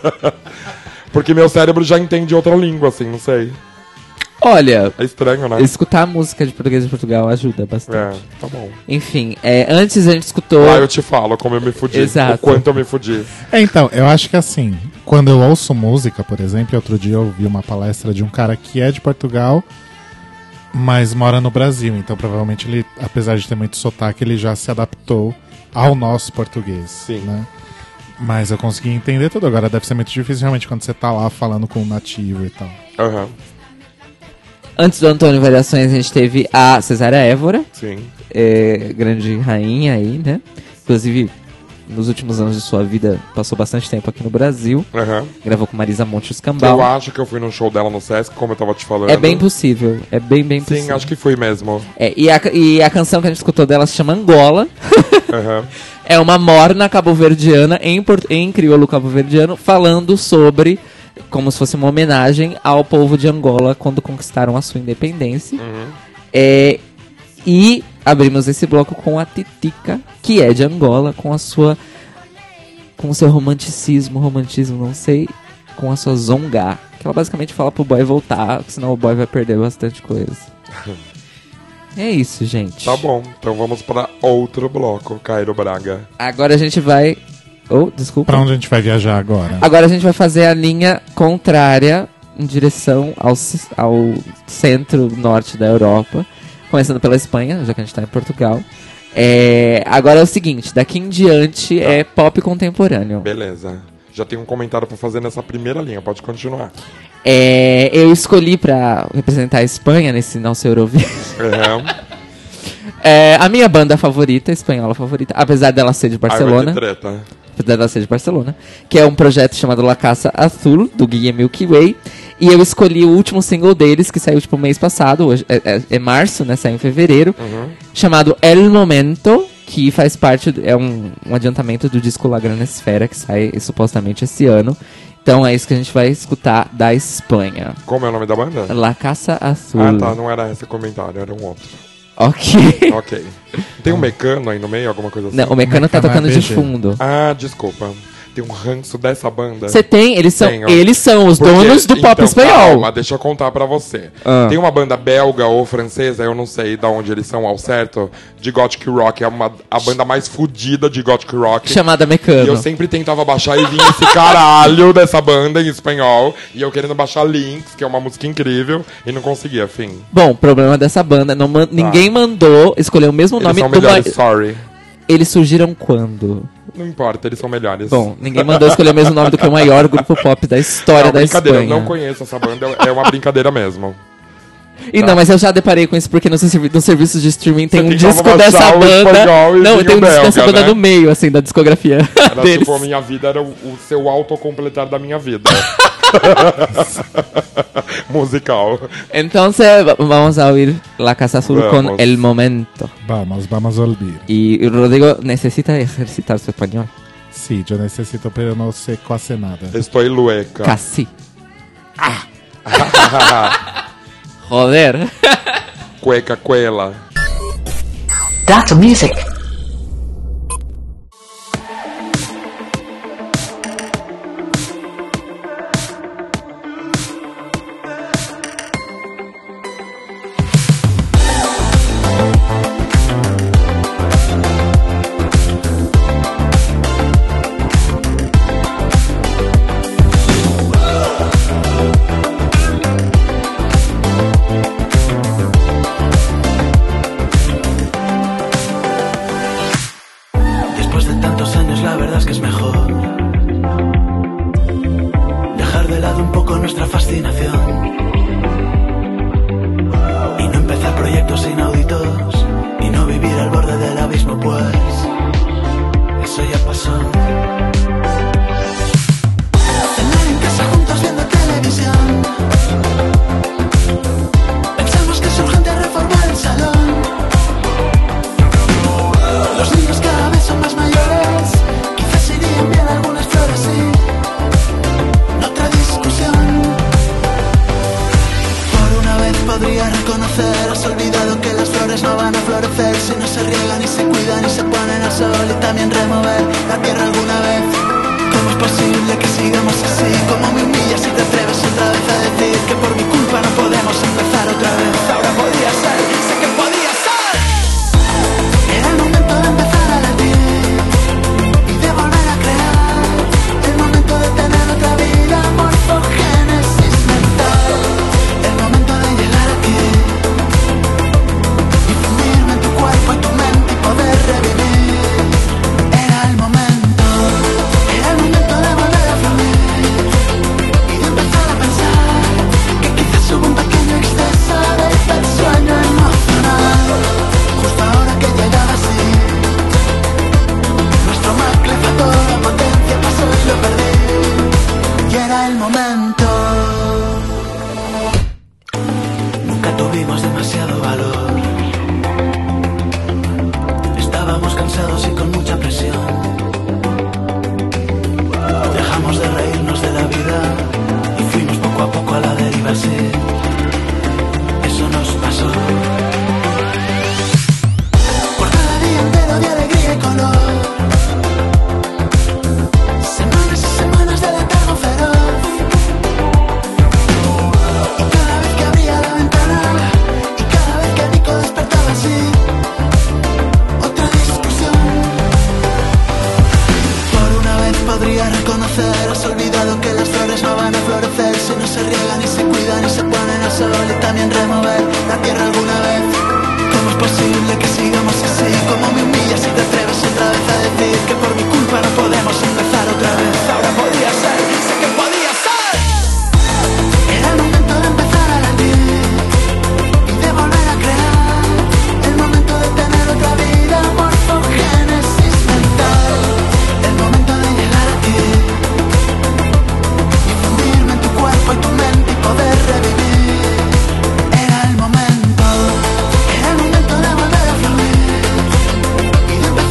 Porque meu cérebro já entende outra língua, assim, não sei. Olha, É estranho, né? escutar a música de português de Portugal ajuda É, bastante. tá bom. Enfim, é, antes a gente escutou... Lá eu te falo como eu me fudi. Exato. O quanto eu me fudi. É, então, eu acho que assim, quando eu ouço música, por exemplo, outro dia eu ouvi uma palestra de um cara que é de Portugal, mas mora no Brasil. Então, provavelmente, ele, apesar de ter muito sotaque, ele já se adaptou ao nosso português. Sim. Né? Mas eu consegui entender tudo. Agora deve ser muito difícil realmente quando você tá lá falando com um nativo e tal. Aham, Antes do Antônio Variações, a gente teve a Cesária Évora, sim. é, grande rainha aí, né? Inclusive, nos últimos anos de sua vida, passou bastante tempo aqui no Brasil. Aham. Gravou com Marisa Monte Eu Escambau. acho que eu fui num show dela no Sesc, como eu tava te falando. É bem possível, é bem, bem Sim, possível. acho que fui mesmo. É, e, a, e a canção que a gente escutou dela se chama Angola. Aham. É uma morna cabo-verdiana em, port- em crioulo cabo-verdiano, falando sobre, como se fosse uma homenagem ao povo de Angola quando conquistaram a sua independência. Uhum. É, e abrimos esse bloco com a Titica, que é de Angola, com a sua, com o seu romanticismo, romantismo, não sei, com a sua zonga, que ela basicamente fala pro boy voltar, senão o boy vai perder bastante coisa. É isso, gente. Tá bom, então vamos pra outro bloco, Cairo Braga. Agora a gente vai... Oh, desculpa. Pra onde a gente vai viajar agora? Agora a gente vai fazer a linha contrária em direção ao, ci- ao centro-norte da Europa, começando pela Espanha, já que a gente tá em Portugal. É, agora é o seguinte, daqui em diante é pop contemporâneo. Beleza. Já tem um comentário pra fazer nessa primeira linha, pode continuar. É, eu escolhi pra representar a Espanha nesse nosso Eurovision. Aham. É, a minha banda favorita, espanhola favorita, apesar dela ser de Ai, vai Barcelona. ter treta. Apesar dela ser de Barcelona, que é um projeto chamado La Caça Azul, do Guilherme Milky Way. E eu escolhi o último single deles, que saiu tipo mês passado, hoje, é, é- é março, né? Saiu em fevereiro, Uhum. chamado El Momento, que faz parte, do- é um, um adiantamento do disco La Gran Esfera, que sai supostamente esse ano. Então é isso que a gente vai escutar da Espanha. Como é o nome da banda? La Casa Azul. Ah, tá, não era esse comentário, era um outro. Ok. Ok. Tem um Mecano aí no meio, alguma coisa assim? Não, o Mecano tá Mecano é tocando de B G. fundo. Ah, desculpa. Tem um ranço dessa banda. Você tem, eles são, Tenho. eles são os Porque- donos do pop então, espanhol. Calma, deixa eu contar pra você. Ah. Tem uma banda belga ou francesa, eu não sei de onde eles são ao certo, de Gothic Rock. É uma, a banda mais fodida de Gothic Rock. Chamada Mecano. E eu sempre tentava baixar e vinha esse caralho dessa banda em espanhol. E eu querendo baixar Lynx, que é uma música incrível, e não conseguia, fim. Bom, o problema dessa banda, não man- ninguém mandou escolher o mesmo Eles nome são do melhores, ma- sorry. Eles surgiram quando? Não importa, eles são melhores. Bom, ninguém mandou escolher o mesmo nome do que o maior grupo pop da história não, da brincadeira, Espanha. eu não conheço essa banda, é uma brincadeira mesmo. E Tá. não, mas eu já deparei com isso porque nos, servi- nos serviços de streaming tem Você um tentava disco baixar dessa o banda. espanhol e Não, vinha tem um o disco dessa belga, banda né? no meio, assim, da discografia Era deles. tipo, a minha vida era o, o seu autocompletar da minha vida. Musical. Entonces, va- vamos a oír La Casa Azul con Vamos. El Momento. Vamos, vamos a ouvir. Y Rodrigo necesita ejercitar su español. Sí, yo necesito, pero no sé quase nada. Estou lueca. Casi. Joder. Cueca, cuela. Data music. Después de tantos años la verdad es que es mejor dejar de lado un poco nuestra fascinación y no empezar proyectos inauditos y no vivir al borde del abismo, pues eso ya pasó. Cenar en casa juntos viendo televisión, pensamos que es urgente reformar el salón. Los niños cada vez son más mayores, quizás irían bien algunas flores, sí. Otra discusión. Por una vez podría reconocer, has olvidado que las flores no van a florecer si no se riegan y se cuidan y se ponen al sol, y también remover la tierra alguna vez. ¿Cómo es posible que sigamos así? ¿Cómo me humillas si te atreves otra vez a decir que por mi culpa no podemos empezar otra vez? Ahora podría ser, sé que podría ser. Era el momento de empezar a latir y de volver a crear. El momento de tener otra vida, morfogénesis mental. El momento de llegar aquí y fundirme en tu cuerpo y tu mente y poder revivir. Era el momento, era el momento de volver a fluir y de empezar a pensar que quizás hubo un pequeño exceso del sueño emocional. Justo ahora que llegaba así, nuestro mar clefa toda potencia, pasó y lo perdí. Y era el momento. Nunca tuvimos demasiado valor. Estábamos cansados y con mucha presión. Dejamos de reírnos de la vida y fuimos poco a poco a la deriva, sí. Eso nos pasó. Por cada día entero de alegría y color, semanas y semanas de letargo feroz. Y cada vez que abría la ventana y cada vez que Nico despertaba así, otra discusión. Por una vez podría reconocer, has olvidado que las flores no van a florecer si no se riegan y se cuidan y se ponen al sol, y también remover la tierra alguna vez. ¿Cómo es posible que sigamos así? ¿Cómo me humillas si te atreves otra vez a decir que por mi culpa no podemos empezar otra vez? Ahora podría ser, sé que podía ser. Era el momento de empezar a latir y de volver a crear. El momento de tener otra vida, morfogénesis mental. El momento de llegar aquí y fundirme en tu cuerpo y tu mente y poder revivir. Era el momento, era el momento de volver a fluir y de empezar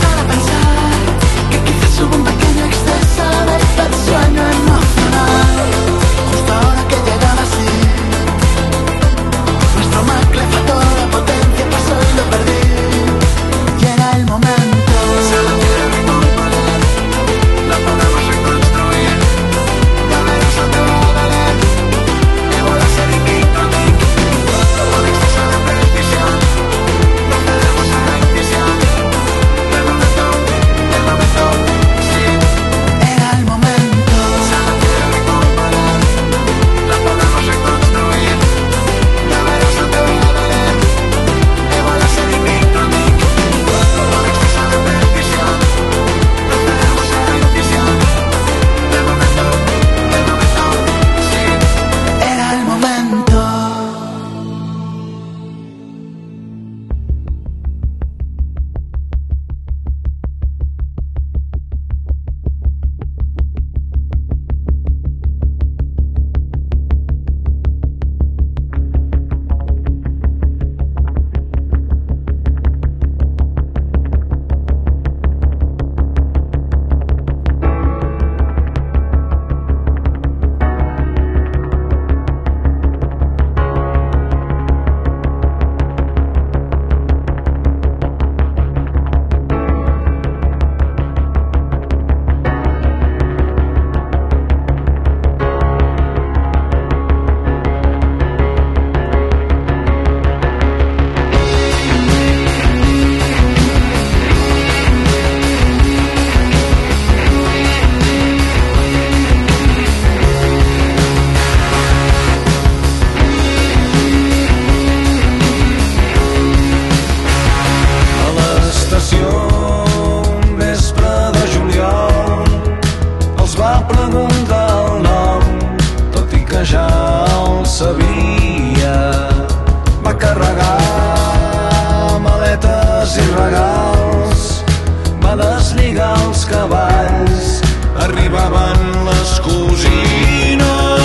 cavalls arribaven les cosines.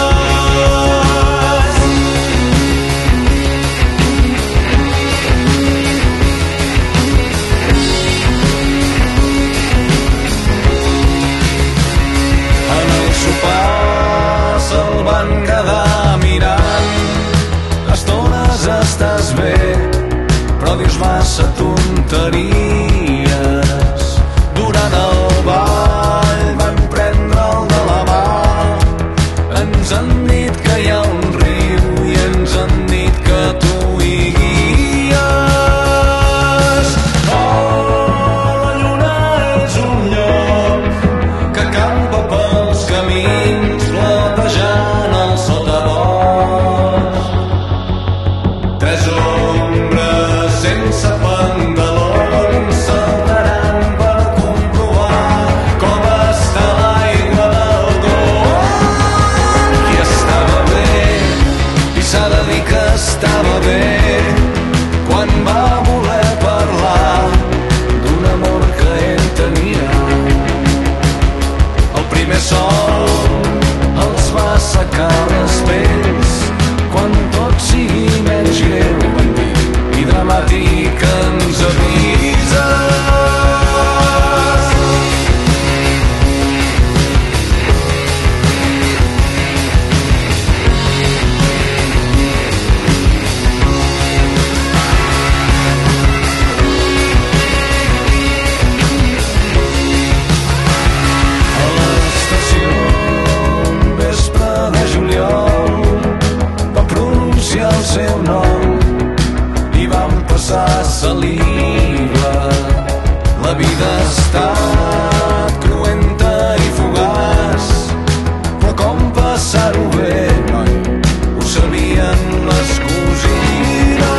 En el sopar se'l van quedar mirant. Estones estàs bé, però dius massa tonteries. Durant el ball van prendre'l de la mà. Ens han dit que hi ha un riu i ens han dit que tu hi guies. Oh, la lluna és un lloc que campa pels camins platejant el sotabosc. Tres ombres sense pantalons saltaran per comprovar com està l'aigua del Don. I estava bé, i s'ha de dir que estava bé, quan va voler parlar d'un amor que ell tenia. El primer sol els va assecar les pells, quan tot sigui menys greu, van dir, i dramàtic ens avises. A l'estació, un vespre de juliol, va pronunciar el seu nom i van passar saliva. La vida ha estat cruenta i fugaç, però com passar-ho bé, noi, ho sabien les cosines.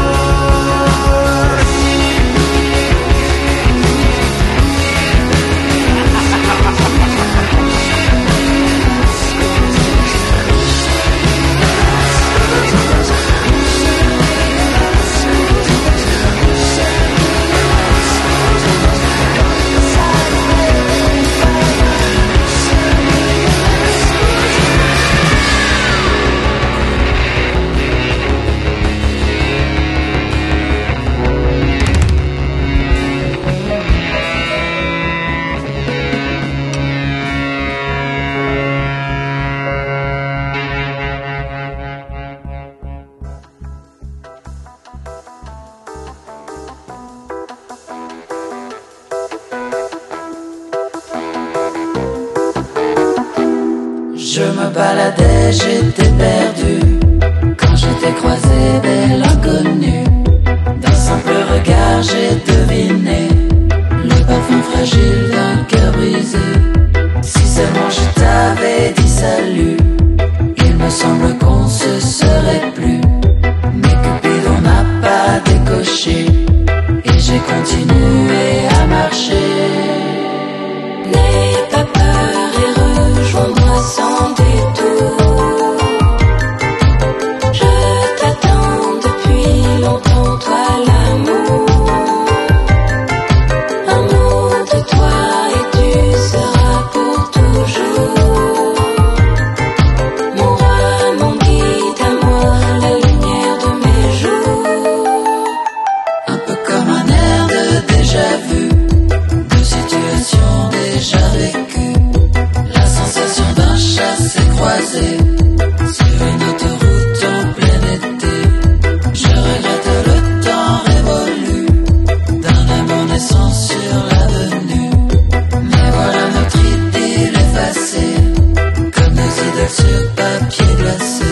Je me baladais, j'étais perdu quand je t'ai croisé, belle inconnue. D'un simple regard, j'ai deviné le parfum fragile d'un cœur brisé. Si seulement je t'avais dit salut, il me semble qu'on se serait plus. Mais Cupidon n'a pas décoché et j'ai continué à marcher. N'aie pas peur et rejoins-moi sans détour. Je t'attends depuis longtemps, toi l'amour. Un mot de toi et tu seras pour toujours mon roi, mon guide à moi, la lumière de mes jours. Un peu comme un air de déjà-vu, de situation déjà vécue. La sensation d'un chassé-croisé sur une autoroute en plein été. Je regrette le temps révolu d'un amour naissant sur l'avenue. Mais voilà notre idylle effacée, comme nos idoles sur papier glacé.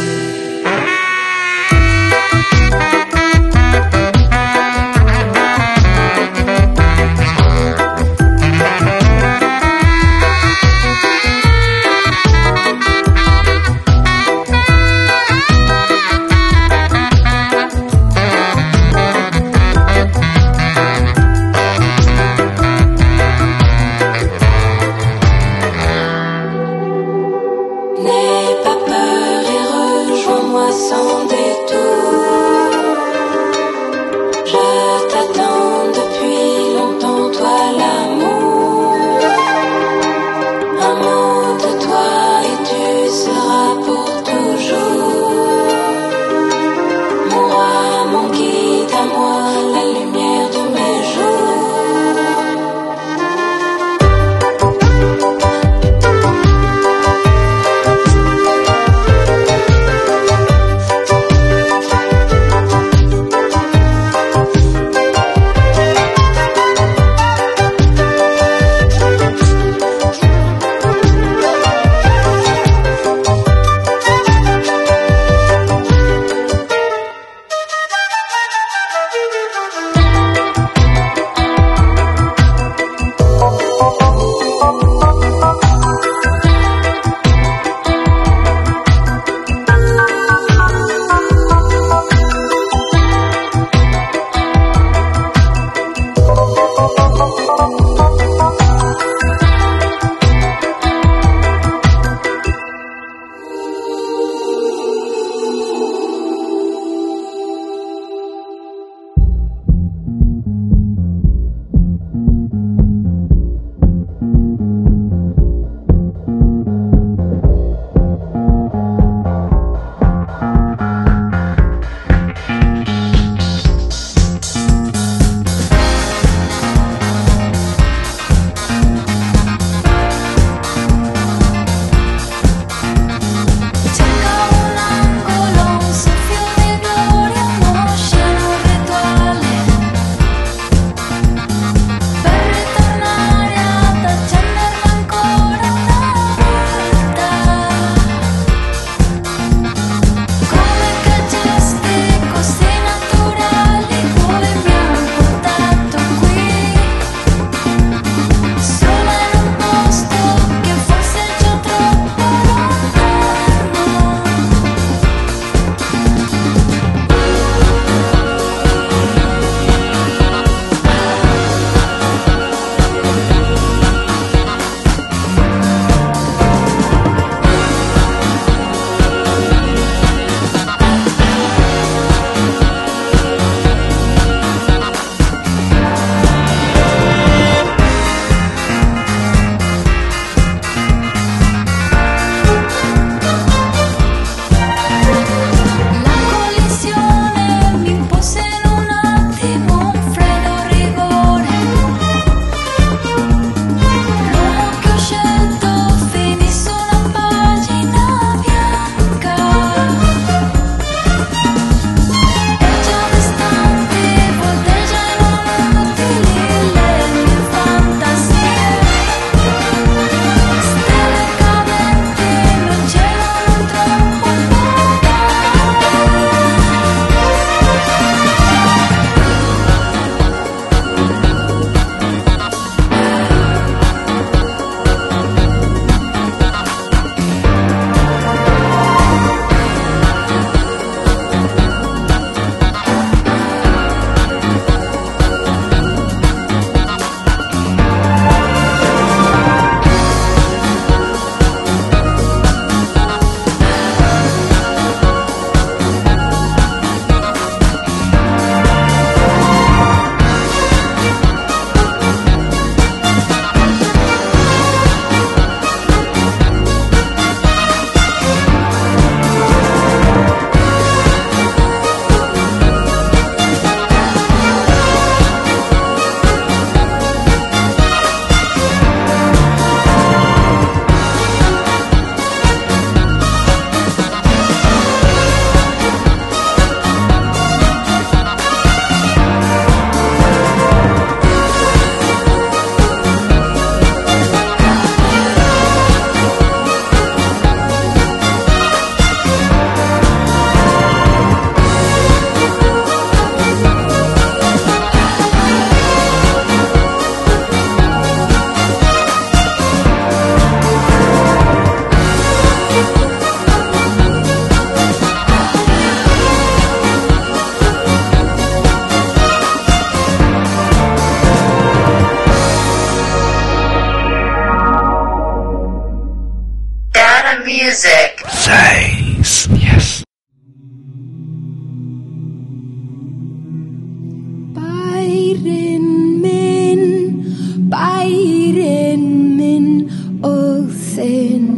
ærinn minn og þinn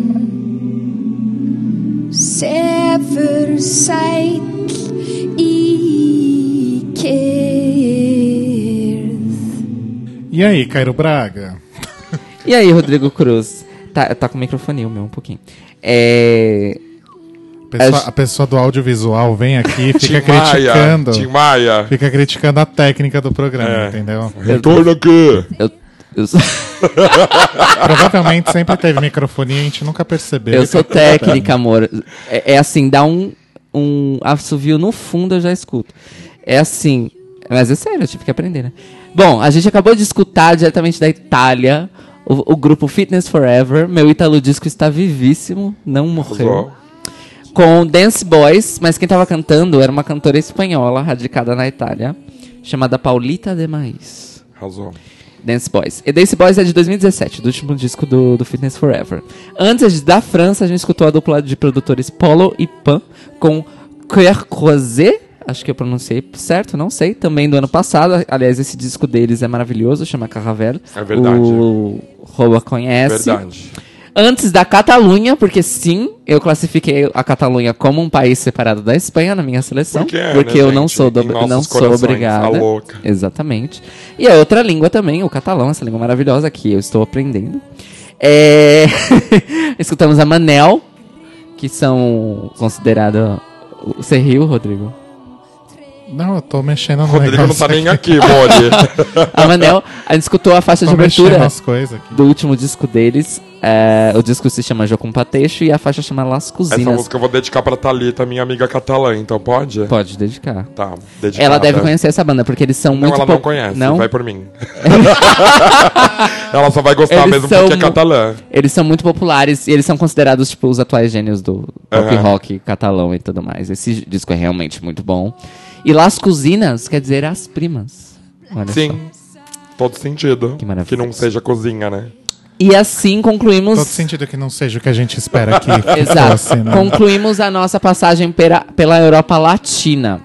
sefur sæll í kyrrð. E aí, Cairo Braga? E aí, Rodrigo Cruz? Tá, tá com o microfone meu um pouquinho. É... Pessoa- Acho- a pessoa do audiovisual vem aqui e fica Tim Maia, criticando. Tim Maia. Fica criticando a técnica do programa, É. entendeu? Retorno aqui. Eu, eu, sou, Provavelmente sempre teve microfone e a gente nunca percebeu. eu sou técnica, amor. É, é assim, dá um, um assovio no fundo, eu já escuto. É assim... Mas é sério, eu tive que aprender, né? Bom, a gente acabou de escutar diretamente da Itália o, o grupo Fitness Forever. Meu Italo Disco está vivíssimo, não morreu. Arrasou. Com Dance Boys, mas quem tava cantando era uma cantora espanhola, radicada na Itália, chamada Paulita de Maíz. Arrasou. Dance Boys. E Dance Boys é de dois mil e dezessete, do último disco do, do Fitness Forever. Antes da França, a gente escutou a dupla de produtores Polo e Pan, com Coeur Croisé, acho que eu pronunciei certo, não sei, também do ano passado. Aliás, esse disco deles é maravilhoso, chama Caravel. É verdade. O Roa conhece. Verdade. Antes da Catalunha, porque sim, eu classifiquei a Catalunha como um país separado da Espanha na minha seleção. Porque é, porque né, eu não gente? sou, do, Em nossos não sou corações, obrigada. a louca. Exatamente. E a outra língua também, o catalão, essa língua maravilhosa que eu estou aprendendo. É... Escutamos a Manel, que são consideradas... Você riu, Rodrigo? Não, eu tô mexendo no Rodrigo não negócio tá nem aqui. aqui, Mori. A Manel, a gente escutou a faixa de Tô mexendo abertura nas coisas aqui. do último disco deles. É, o disco se chama Jocum Patecho e a faixa chama Las Essa Cozinas. música eu vou dedicar pra Thalita, minha amiga catalã, então pode? Pode dedicar. Tá, dedicada. Ela deve conhecer essa banda, porque eles são Não, muito... ela po- não conhece, Não? vai por mim. Ela só vai gostar Eles mesmo são porque é mu- catalã. Eles são muito populares e eles são considerados, tipo, os atuais gênios do pop Aham. rock catalão e tudo mais. Esse disco é realmente muito bom. E Las Cozinas quer dizer as primas. Olha Sim, só. todo sentido. Que maravilha. Que não seja cozinha, né? E assim concluímos... Todo sentido que não seja o que a gente espera aqui. Exato. Assim, né? Concluímos a nossa passagem pela, pela Europa Latina.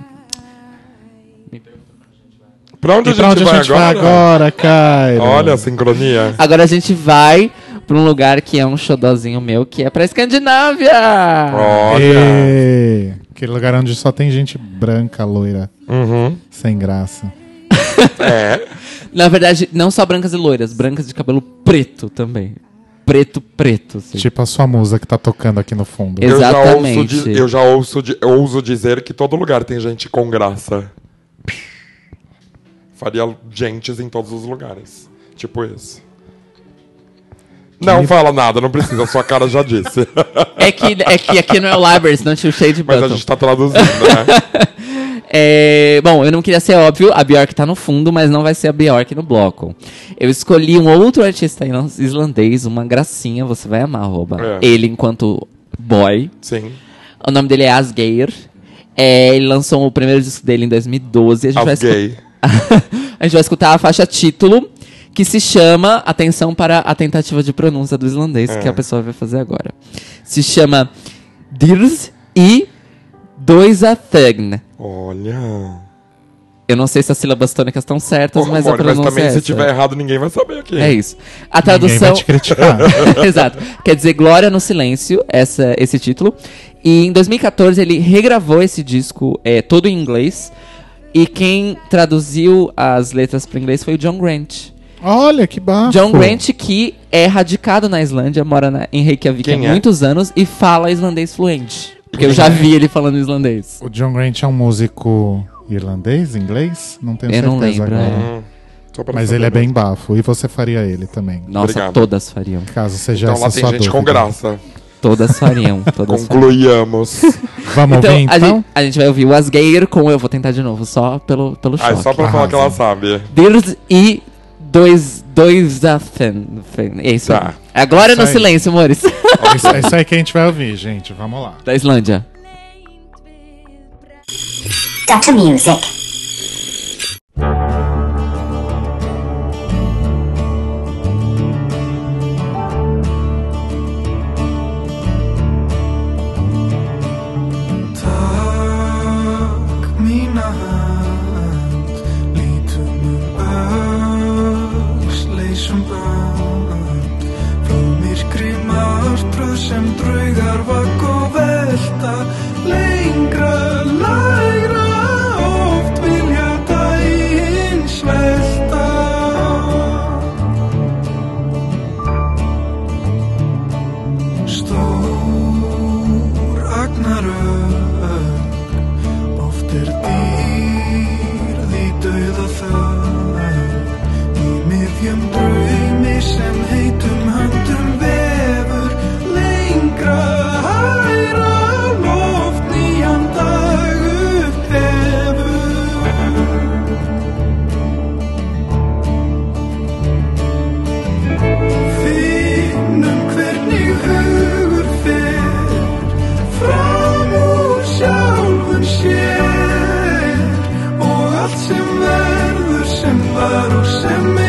Pra onde E a pra gente, onde a vai, gente agora? vai agora, Cairo? Olha a sincronia. Agora a gente vai pra um lugar que é um xodózinho meu, que é pra Escandinávia. Olha. Ê, aquele lugar onde só tem gente branca, loira, Uhum. sem graça. É. Na verdade, não só brancas e loiras, brancas de cabelo preto também. Preto, preto. Assim. Tipo a sua musa que tá tocando aqui no fundo. Ex- Eu já, ouço, Exatamente. di- eu já ouço, di- eu ouso dizer que todo lugar tem gente com graça. Faria gentes em todos os lugares. Tipo isso. Não fala nada, não precisa, a sua cara já disse. É que, é que aqui não é o Libraries, não tinha o Shade Mas a Button. gente tá traduzindo, né? É, bom, eu não queria ser óbvio, a Björk tá no fundo, mas não vai ser a Björk no bloco. Eu escolhi um outro artista islandês, uma gracinha, você vai amar, arroba. É. Ele enquanto boy. Sim. O nome dele é Asgeir. É, ele lançou o primeiro disco dele em dois mil e doze. A gente, vai escu- Asgay. a gente vai escutar a faixa título, que se chama, atenção para a tentativa de pronúncia do islandês, É. que a pessoa vai fazer agora. Se chama Dirs e Dois a Thegn. Olha. Eu não sei se as sílabas tônicas estão certas, Ô, mas a Mori, pronúncia também é se essa. tiver errado, ninguém vai saber aqui. É isso. A Ninguém tradução... vai te criticar. Exato. Quer dizer Glória no Silêncio, essa, esse título. E em dois mil e catorze ele regravou esse disco é, todo em inglês. E quem traduziu as letras para inglês foi o John Grant. Olha, que bafo. John Grant, que é radicado na Islândia, mora na, em Reykjavik Quem há é? muitos anos e fala islandês fluente. Porque eu já vi ele falando islandês. O John Grant é um músico irlandês, inglês? Não tenho Eu não certeza lembro, agora. Hum, só pra Mas saber ele é mesmo. bem bafo. E você faria ele também. Nossa, Obrigado. todas fariam. Caso seja Então essa lá tem sua gente com dúvida. graça. Todas fariam. Todas fariam. Concluíamos. Vamos Então, ouvir, a, então? gente, a gente vai ouvir o Asgeir com... Eu vou tentar de novo, só pelo, pelo Ah, choque. é só pra falar que ela sabe. Dirs e dois, dois a Fen. É isso Tá. aí. A Glória Isso no aí. Silêncio, amores. É isso, é isso aí que a gente vai ouvir, gente. Vamos lá. Da Islândia. Data Music. Tak mína hönd, lítum um öll, leysum bönd. sem draugar vagg og velta lengra, lægra oft vilja daginn svelta stór agnarök oft er dýrð í dauða þögn í miðjum draumi sem heitum höndum vefur lengra hæra loft nýjan dag upphefur finnum hvernig hugur fer fram úr sjálfum sér og allt sem verður sem var og sem er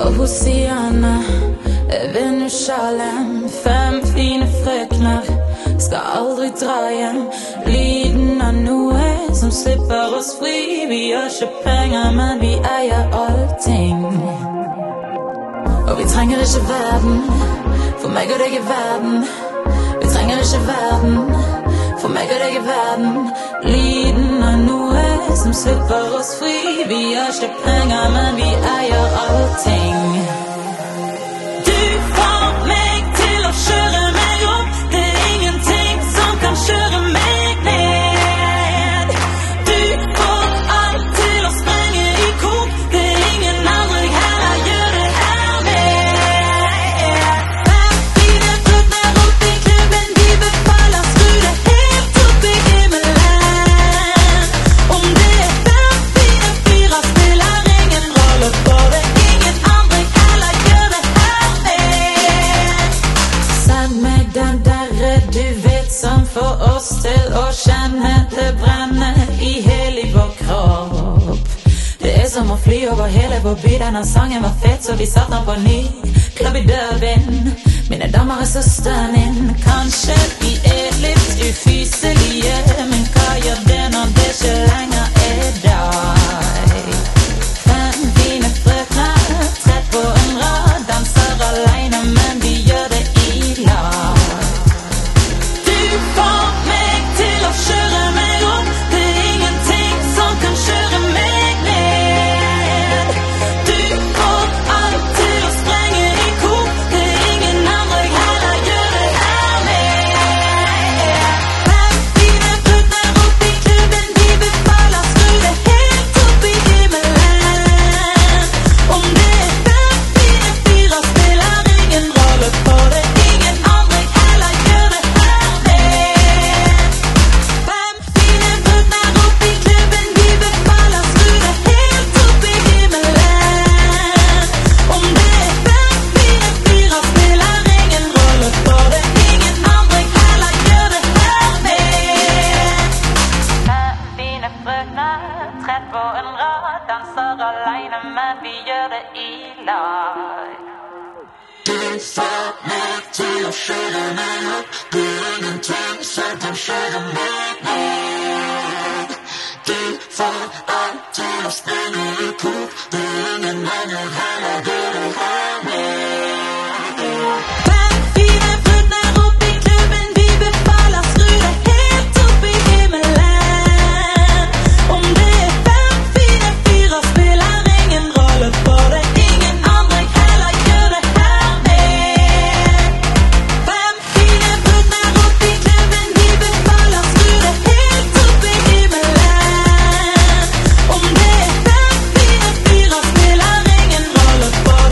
Og Hosianna er Venushalem. Fem fine frøkner skal aldri dra hjem. Lyden av noe som slipper oss fri. Vi har ikke penger, men vi eier allting. Og vi trenger ikke verden, for meg og deg er verden. Vi trenger ikke verden, for meg og deg er verden. Lyden av noe som slipper oss fri. Vi har ikke penger, men vi eier allting. Du får meg til å kjøre meg opp. Det er ingenting som kan kjøre meg ned. Du får alt til å sprenge i kok. Det er ingen andre jeg heller gjør det her med. Hver fine brødner opp i klubben, de befaler skru det helt opp i himmelen. Om det er fem fine fyrer, spiller ingen rolle, for det er ingen andre jeg heller gjør det her med. Send meg den derre du vet som får oss til å kjenne det brenne i hele vår kropp. Det er som å fly over hele vår by. Denne sangen var fet, så vi satt den på ny. Klubb i dødvind, mine damer er så stunning. Kanskje de er litt ufyselige, men hva gjør det når det ikke lenger er deg? Fem fine frøkner, trett på en rad, danser alene, men de gjør det i lag. Du får meg til å kjøre meg opp. Det er ingenting som kan kjøre meg ned. Du får alt til å sprenge i kok. Det er ingen andre jeg heller gjør det her med. Fem fine brødner opp i klubben, de befaler skru det helt opp i himmelen. Om det er fem fine fyrer, spiller ingen rolle, for det er ingen andre jeg heller gjør det her med. Fem fine brødner opp i klubben, de befaler skru det helt opp i himmelen. Om det er fem fine fyrer, spiller ingen rolle, for det er ingen andre jeg heller gjør det her med. Fem fine frøkner, trett på en rad, danser alene, men vi gjør det i lag. Du får meg til å kjøre meg opp. Det er ingenting som kan kjøre meg ned. Du får alt til å sprenge i kok. Det er ingen andre jeg heller gjør det her med. Fem fine brødner opp i klubben, de befaler skru det helt opp i himmelen. Om det er fem fine fyrer, spiller ingen rolle, for det er ingen andre jeg heller gjør det her med. Fem fine brødner opp i klubben, de befaler skru det helt opp i himmelen. Om det er fem fine fyrer, spiller ingen rolle, for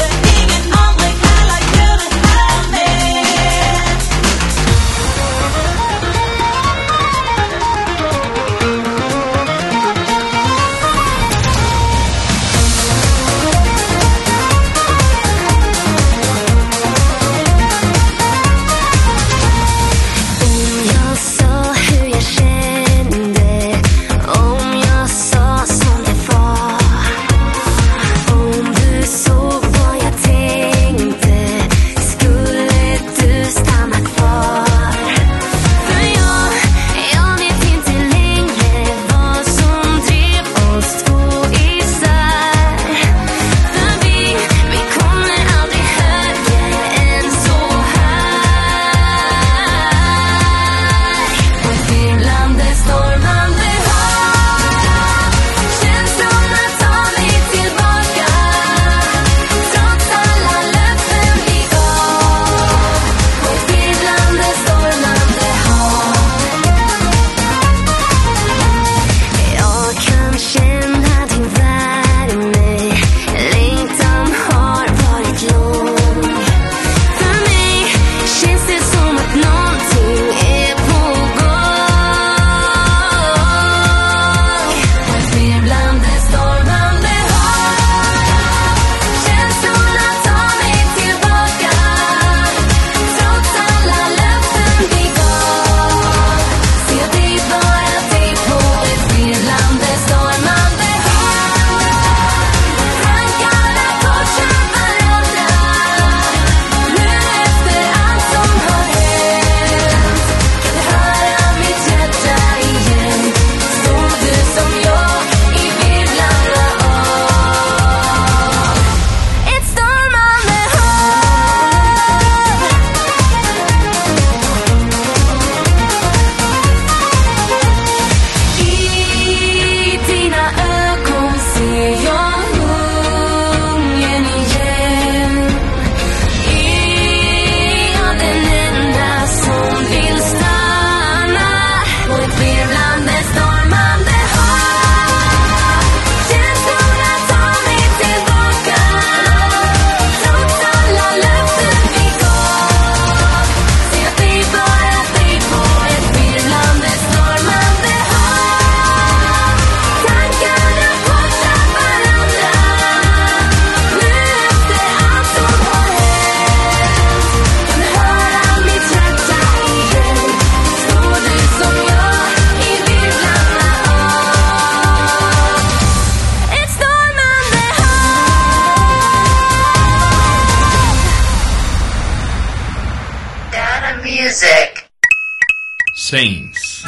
Saints.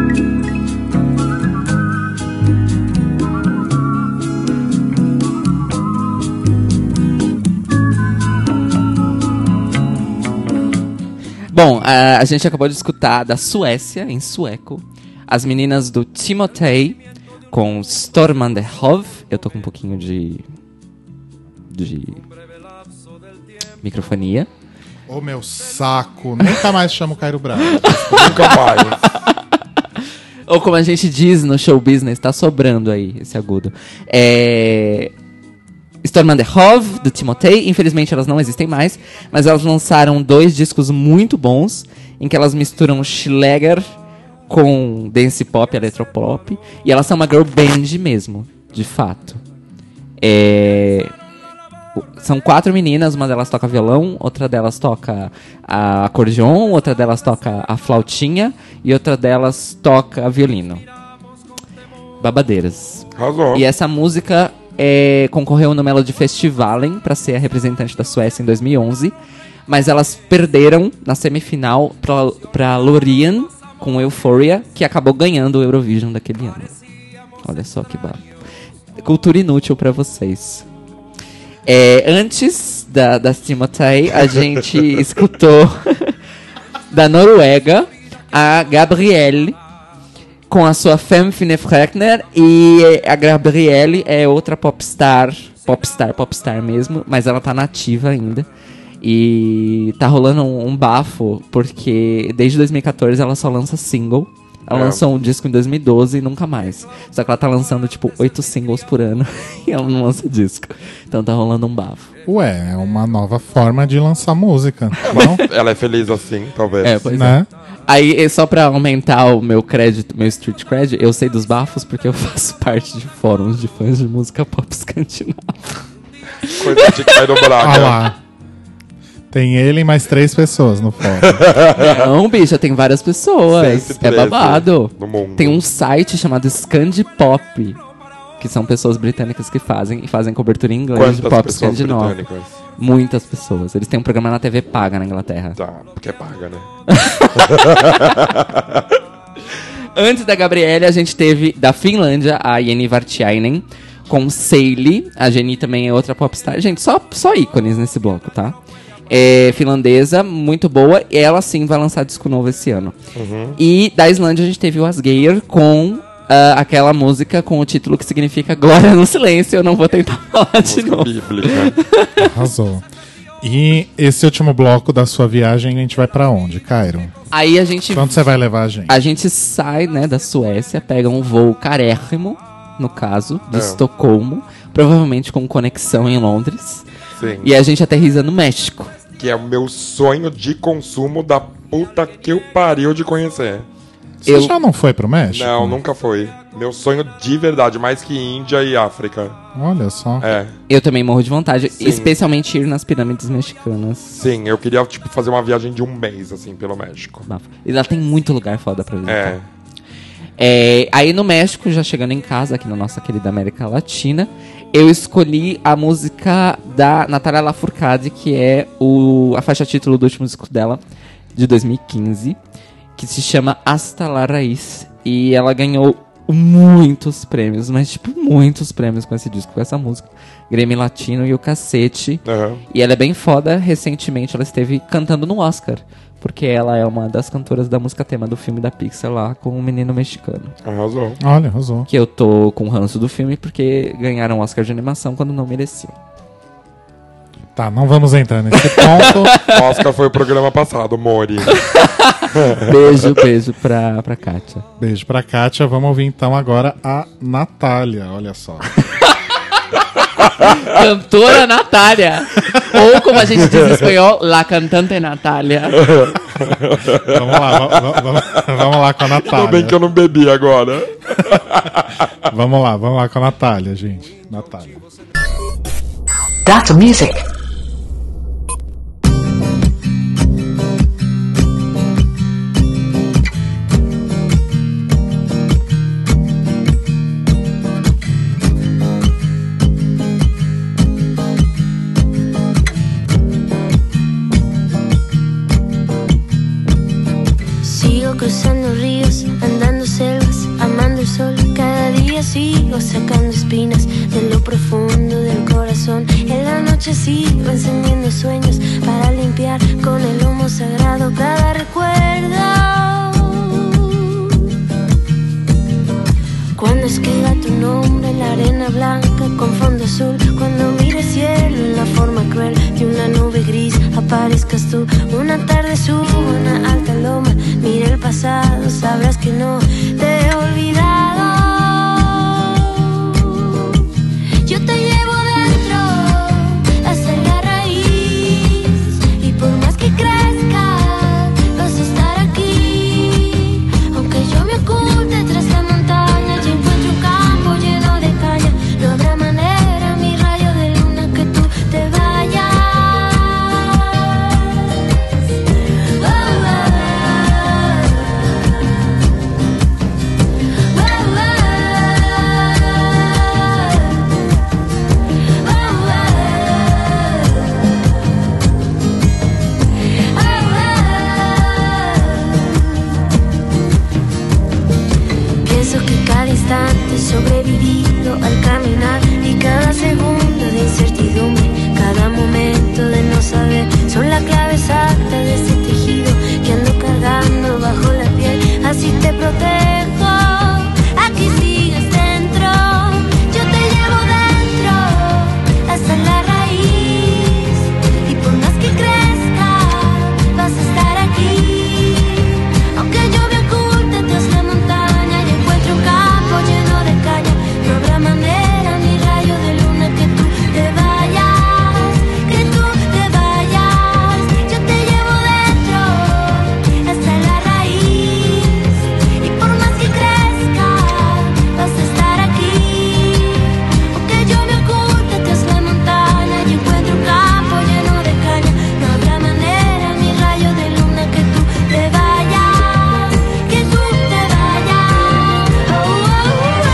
Bom, a, a gente acabou de escutar da Suécia, em sueco, as meninas do Timotei com Stormande Hov. Eu tô com um pouquinho de... de... microfonia. Ô meu saco, nunca mais chamo Cairo Braga. Nunca mais. Ou como a gente diz no show business, tá sobrando aí esse agudo. É... Stormande Hov, do Timotei. Infelizmente elas não existem mais, mas elas lançaram dois discos muito bons, em que elas misturam Schlager com dance pop, eletropop, e elas são uma girl band mesmo, de fato. É... São quatro meninas, uma delas toca violão, outra delas toca a acordeon, outra delas toca a flautinha e outra delas toca violino. Babadeiras. Arrasou. E essa música é, concorreu no Melody Festivalen para ser a representante da Suécia em dois mil e onze, mas elas perderam na semifinal pra, pra Loreen com Euphoria, que acabou ganhando o Eurovision daquele ano. Olha só que babo. Cultura inútil para vocês. É, antes da, da Timotei, a gente escutou da Noruega a Gabrielle com a sua Femme Fine Frekner. E a Gabrielle é outra popstar, popstar, popstar mesmo, mas ela tá nativa ainda. E tá rolando um, um bafo, porque desde dois mil e catorze ela só lança single. Ela é. lançou um disco em dois mil e doze e nunca mais. Só que ela tá lançando, tipo, oito singles por ano e ela não lança disco. Então tá rolando um bafo. Ué, é uma nova forma de lançar música, não? Ela é feliz assim, talvez. É, pois né? é. Aí, só pra aumentar o meu crédito, meu street cred, eu sei dos bafos porque eu faço parte de fóruns de fãs de música pop escandinava. Coisa de Cairo Braga. Ah lá. Tem ele e mais três pessoas no fórum. Não, bicha, tem várias pessoas. cento e É treze babado. no mundo. Tem um site chamado Scandipop, que são pessoas britânicas que fazem e fazem cobertura em inglês Quantas de pop pessoas escandinavo. britânicas? Muitas pessoas. Eles têm um programa na T V paga na Inglaterra. Tá, porque é paga, né? Antes da Gabrielle, a gente teve da Finlândia a Jenny Vartiainen com Seili. A Jenny também é outra popstar. Gente, só, só ícones nesse bloco, tá? É finlandesa, muito boa. E ela sim vai lançar disco novo esse ano. Uhum. E da Islândia a gente teve o Asgeir com uh, aquela música com o título que significa Glória no Silêncio. Eu não vou tentar falar de Música novo. bíblica. Arrasou. E esse último bloco da sua viagem, a gente vai pra onde, Cairo? Aí a gente... Pra onde você vai levar a gente? A gente sai, né, da Suécia, pega um voo carérrimo, no caso, de É. Estocolmo, provavelmente com conexão em Londres. Sim. E a gente aterriza no México. Que é o meu sonho de consumo da puta que eu pariu de conhecer. Você já não foi pro México? Não, nunca foi. Meu sonho de verdade, mais que Índia e África. Olha só. É. Eu também morro de vontade, Sim. especialmente ir nas pirâmides mexicanas. Sim, eu queria, tipo, fazer uma viagem de um mês, assim, pelo México. Bafo. E lá tem muito lugar foda pra visitar. É. É, aí no México, já chegando em casa, aqui na nossa querida América Latina, eu escolhi a música da Natália Lafourcade, que é o, a faixa título do último disco dela, de dois mil e quinze, que se chama Hasta la Raíz. E ela ganhou muitos prêmios, mas tipo, muitos prêmios com esse disco, com essa música. Grammy Latino e o cacete. Uhum. E ela é bem foda. Recentemente ela esteve cantando no Oscar, porque ela é uma das cantoras da música tema do filme da Pixar lá, com um menino mexicano. Arrasou. Olha, arrasou. Que eu tô com ranço do filme porque ganharam o Oscar de animação quando não mereciam. Tá, não vamos entrar nesse ponto. Oscar foi o programa passado, Mori. Beijo, beijo pra, pra Kátia. Beijo pra Kátia. Vamos ouvir então agora a Natália. Olha só. Cantora Natália. Ou como a gente diz em espanhol, La Cantante Natália. Vamos lá, vamos, vamos, vamos lá com a Natália. Ainda bem que eu não bebi agora. Vamos lá, vamos lá com a Natália, gente. Natália. Data Music. Sigo cruzando sigo sacando espinas de lo profundo del corazón. En la noche sigo encendiendo sueños para limpiar con el humo sagrado cada recuerdo. Cuando escriba tu nombre en la arena blanca con fondo azul, cuando mire el cielo en la forma cruel de una nube gris, aparezcas tú. Una tarde subo una alta loma, mira el pasado, sabrás que no te he olvidado. Yo te llevo dentro hasta la raíz, y por más que crezca vas a estar aquí. Aunque yo me oculte tras la montaña y encuentre un campo lleno de caña, no habrá manera, mi rayo de luna, que tú te vayas. Oh, oh, pienso que cada instante sobrevivido al caminar, y cada segundo de incertidumbre, cada momento de no saber, son la clave exacta de este tejido que ando cargando bajo la piel. Así te protejo, aquí sigues dentro. Yo te llevo dentro hasta la raíz, y por más que crezca vas a estar aquí. Aunque yo me oculte tras la montaña y encuentre un campo lleno de caña, no habrá manera, mi rayo de luna, que tú te vayas, que tú te vayas. Yo te llevo dentro hasta la raíz, y por más que crezca vas a estar aquí. Aunque yo me oculte tras la montaña y encuentre un campo lleno de caña, no habrá manera, mi rayo de luna, que tú te vayas, que tú te vayas. Oh, oh, oh,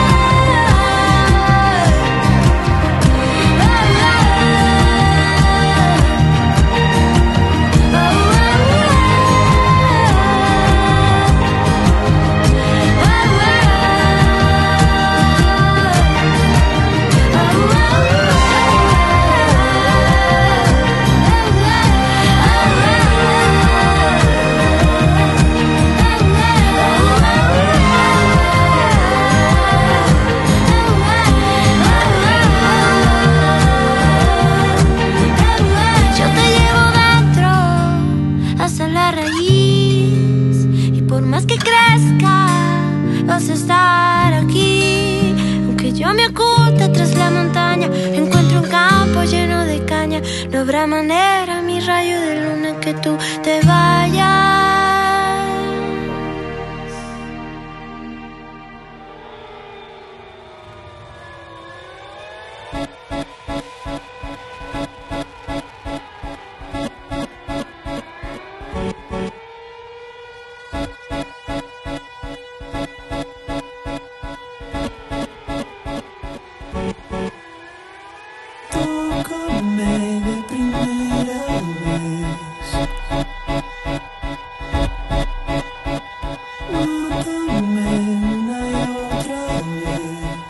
yo te llevo dentro hasta la raíz, y por más que crezca vas a estar aquí. Aunque yo me oculte tras la montaña, encuentro un campo lleno de caña, no habrá manera, mi rayo de luna, que tú te vayas. Tócame de primera vez, mátame una y otra vez.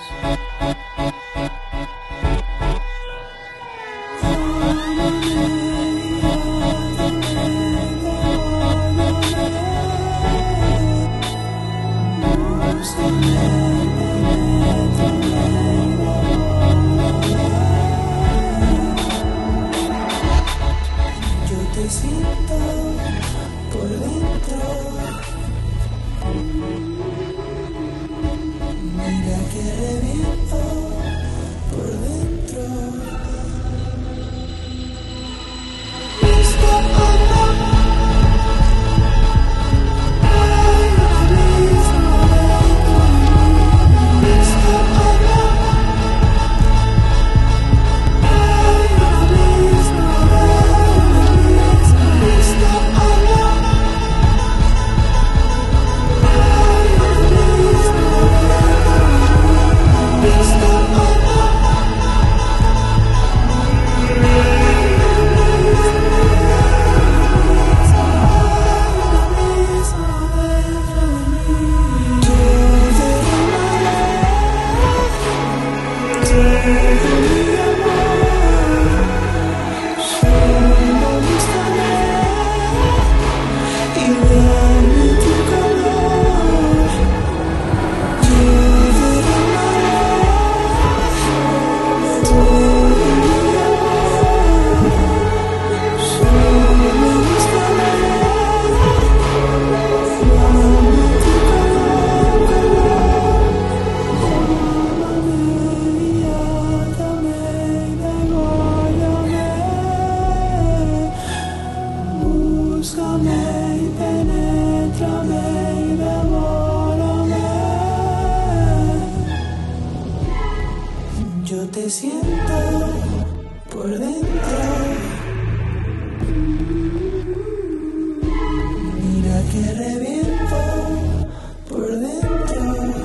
Yo te siento por dentro, mira que reviento por dentro. Listo para hay un abismo dentro de mí. Listo para hay un abismo dentro de mí. Listo para hay un abismo dentro de mí. Listo para te siento por dentro. Mira que reviento por dentro.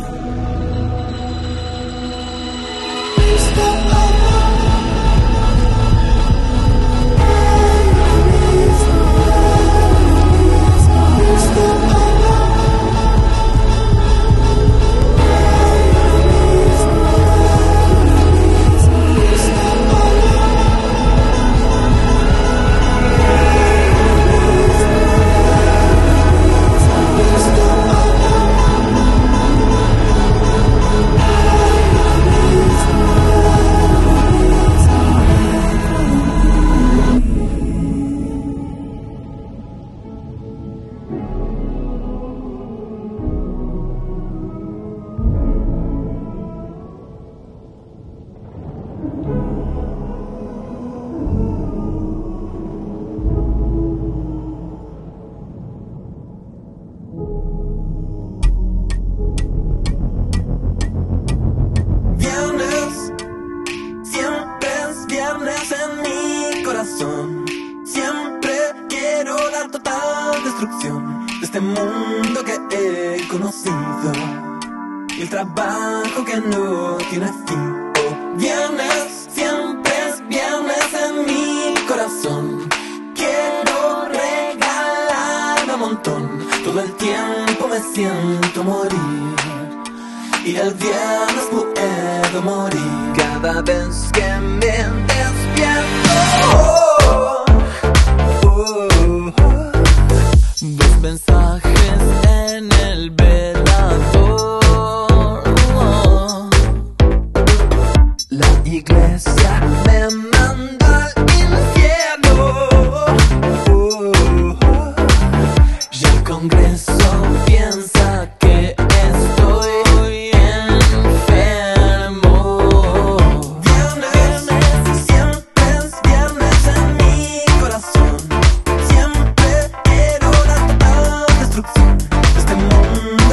Siempre quiero la total destrucción de este mundo que he conocido y el trabajo que no tiene fin. Oh, viernes, siempre es viernes en mi corazón. Quiero regalarme un montón. Todo el tiempo me siento morir y el viernes puedo morir cada vez que me despierto. Oh, oh, oh. Dos mensajes en el velador. Oh. La iglesia me manda al infierno. Oh, oh. Y el Congreso piensa que estoy enfermo. Viernes, siempre es viernes en mi corazón. Siempre quiero la total destrucción de este mundo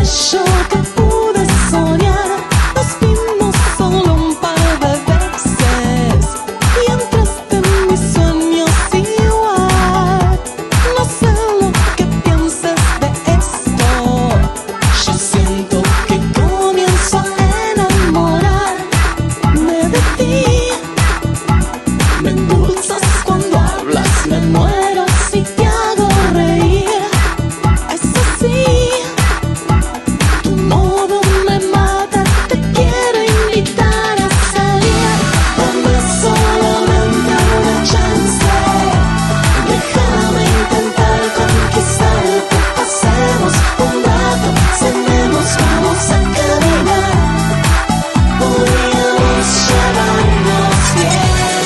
bello que pude soñar. Nos vimos solo un par de veces y entraste en mis sueños igual. No sé lo que pienses de esto. Yo siento que comienzo a enamorarme de ti. Me endulzas cuando hablas, me muero si te hago reír. Es así, tu modo me mata, te quiero invitar a salir. Dame solamente una chance, déjame intentar conquistarte. Pasemos un rato, cenemos, vamos a caminar. Podríamos llevarnos bien.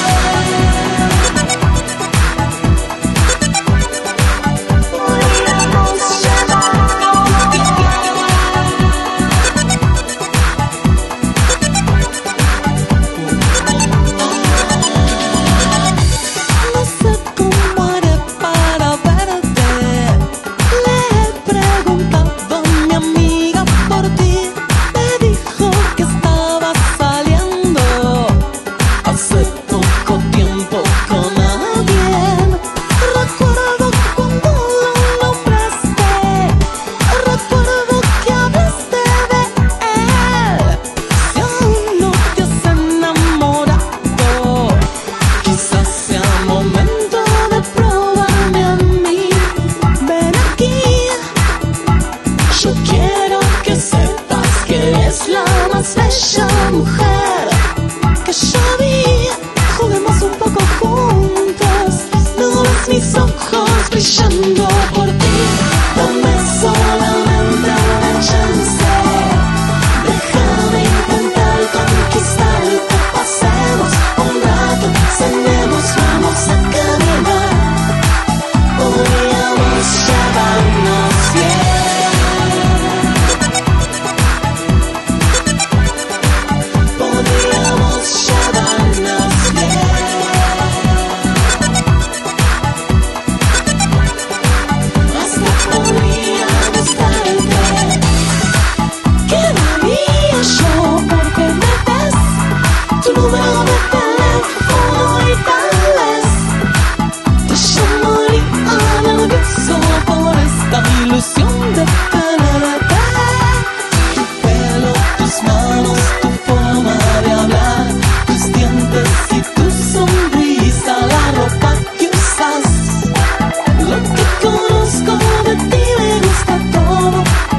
No sé cómo haré para verte. Le he preguntado a mi amiga por ti. Me dijo que estabas saliendo hace poco tiempo con alguien. Recuerdo cuando lo nombraste. Recuerdo que hablaste de él. Si aún no te has enamorado, quizás sea momento de probarme a mí. Ven aquí, yo quiero que sepas que eres la más bella mujer que yo vi. Juguemos un poco juntos, no ves mis ojos brillando por ti. Dame solamente una chance, déjame intentar conquistarte. Pasemos un rato, cenemos, vamos a caminar. Podríamos llevarnos bien. Podríamos llevarnos bien. Hasta podría gustarte. Quedaría yo porque me des tu número de teléfono y tal vez te llamaría nervioso por esta ilusión de tenerte. Tu pelo, tus manos, tu forma de hablar, tus dientes y tu sonrisa, la ropa que usas. Lo que conozco de ti me gusta todo.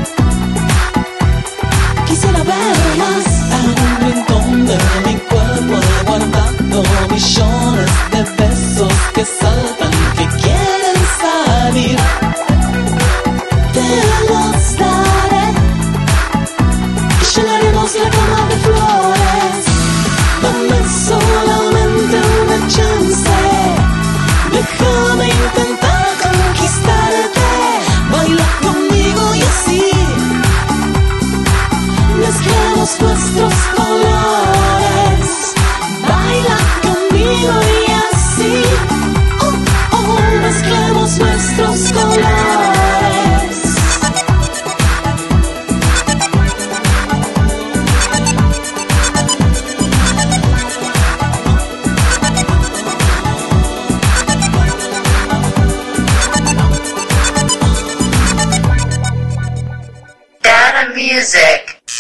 Quisiera ver más. En un rincón de mi cuerpo he guardado millones de besos que saltan, que quieren salir. Te los daré y llenaremos la cama de flores. Dame solamente una chance, déjame intentar conquistarte. Baila conmigo y así mezclemos nuestros colores. Baila conmigo y así, oh, oh, mezclemos nuestros colores. Data Music.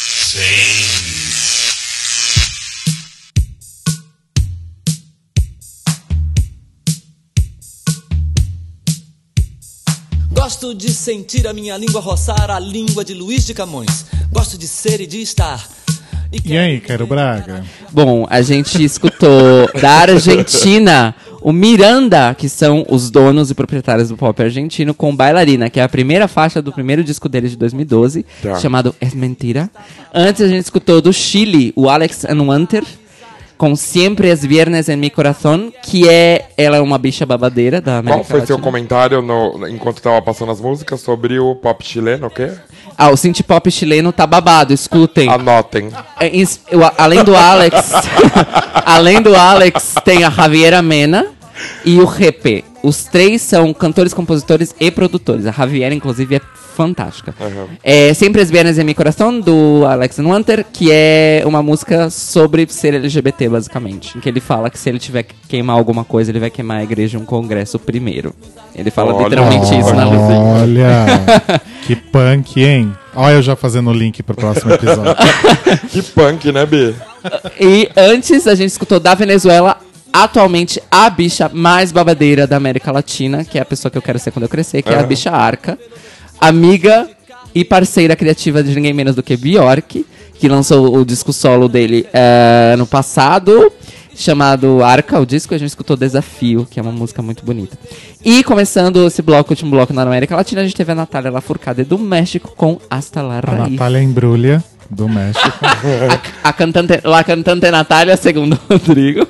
Gosto de sentir a minha língua roçar a língua de Luiz de Camões. Gosto de ser e de estar. E aí, Quero Braga? Bom, a gente escutou da Argentina o Miranda, que são os donos e proprietários do pop argentino, com Bailarina, que é a primeira faixa do primeiro disco deles de dois mil e doze, Tá. chamado Es Mentira. Antes a gente escutou do Chile o Alex Anwanter, com Siempre es Viernes en mi Corazón, que é, ela é uma bicha babadeira da América Qual foi seu Latina. comentário no, enquanto tava passando as músicas sobre o pop chileno, o quê? Ah, o synth pop chileno tá babado, escutem. Anotem. É, ins- eu- além do Alex, além do Alex, tem a Javiera Mena e o Repe. os três são cantores, compositores e produtores. A Javiera, inclusive, é fantástica. Uhum. É Sempre as Vienes em Mi Coração, do Alex Wanter, que é uma música sobre ser L G B T, basicamente. Em que ele fala que se ele tiver que queimar alguma coisa, ele vai queimar a igreja e um congresso primeiro. Ele fala Olha, literalmente isso na letra. Olha, que punk, hein? Olha eu já fazendo o link pro próximo episódio. Que punk, né, B? E antes a gente escutou da Venezuela, atualmente a bicha mais babadeira da América Latina, que é a pessoa que eu quero ser quando eu crescer, que é, é a bicha Arca. Amiga e parceira criativa de ninguém menos do que Bjork, que lançou o disco solo dele uh, ano passado, chamado Arca, o disco. A gente escutou Desafio, que é uma música muito bonita. E começando esse bloco, último bloco na América Latina, a gente teve a Natália Lafourcade do México com Hasta la A Raíz. Natália Embrulha, do México. a, a cantante, la cantante Natália, segundo o Rodrigo.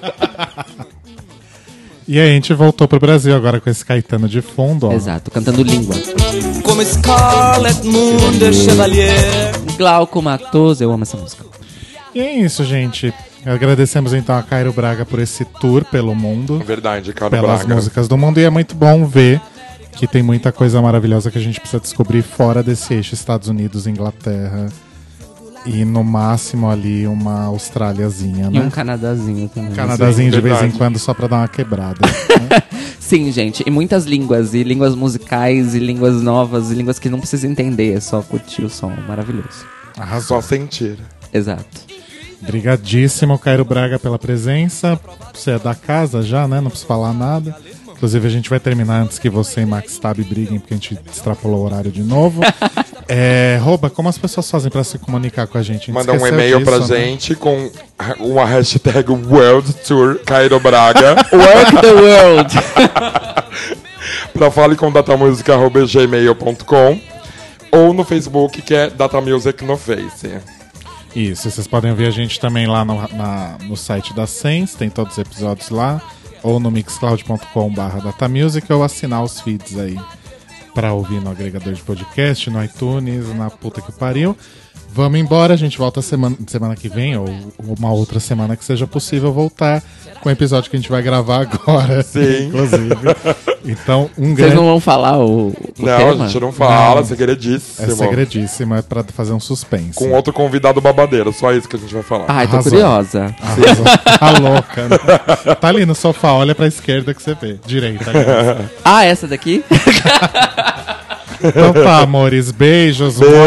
E aí a gente voltou pro Brasil agora com esse Caetano de fundo, ó. Exato, cantando Língua. Como Scarlett Moon de Chevalier. Glauco Matoso, eu amo essa música. E é isso, gente. Agradecemos então a Cairo Braga por esse tour pelo mundo. Verdade, Cairo pelas Braga. músicas do mundo. E é muito bom ver que tem muita coisa maravilhosa que a gente precisa descobrir fora desse eixo Estados Unidos, Inglaterra. E no máximo ali uma Australiazinha, né? E um Canadazinho também. Canadazinho Sim, de vez em verdade. quando só pra dar uma quebrada. Né? Sim, gente. E muitas línguas. E línguas musicais, e línguas novas, e línguas que não precisa entender. É só curtir o som. Maravilhoso. Arrasou. Só sentir. Exato. Obrigadíssimo, Cairo Braga, pela presença. Você é da casa já, né? Não preciso falar nada. Inclusive, a gente vai terminar antes que você e Max Tab briguem, porque a gente extrapolou o horário de novo. é, Rouba, como as pessoas fazem pra se comunicar com a gente? A gente Manda um esqueceu e-mail disso, pra né? gente com uma hashtag World Tour Cairo Braga. Work the world. Pra fale com datamusic arroba gmail ponto com ou no Facebook, que é Datamusic no Face. Isso, vocês podem ouvir a gente também lá no, na, no site da Sens, tem todos os episódios lá, ou no mixcloud ponto com barra datamusic, ou assinar os feeds aí pra ouvir no agregador de podcast, no iTunes, na puta que pariu. Vamos embora, a gente volta semana, semana que vem, ou uma outra semana que seja possível voltar com o episódio que a gente vai gravar agora. Sim. Inclusive. Então, um Vocês grande... não vão falar o, o Não, tema? a gente não fala, Não. segredíssimo. É segredíssimo, é pra fazer um suspense. Com outro convidado babadeiro, só isso que a gente vai falar. Ai, tô Arrasou. curiosa. Arrasou. Tá louca, né? Tá ali no sofá, olha pra esquerda que você vê. Direita, aliás. Ah, essa daqui? Então tá, amores. Beijos. Beijos.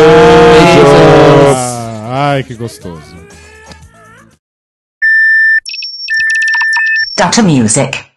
Ah, ai, que gostoso. Data Music.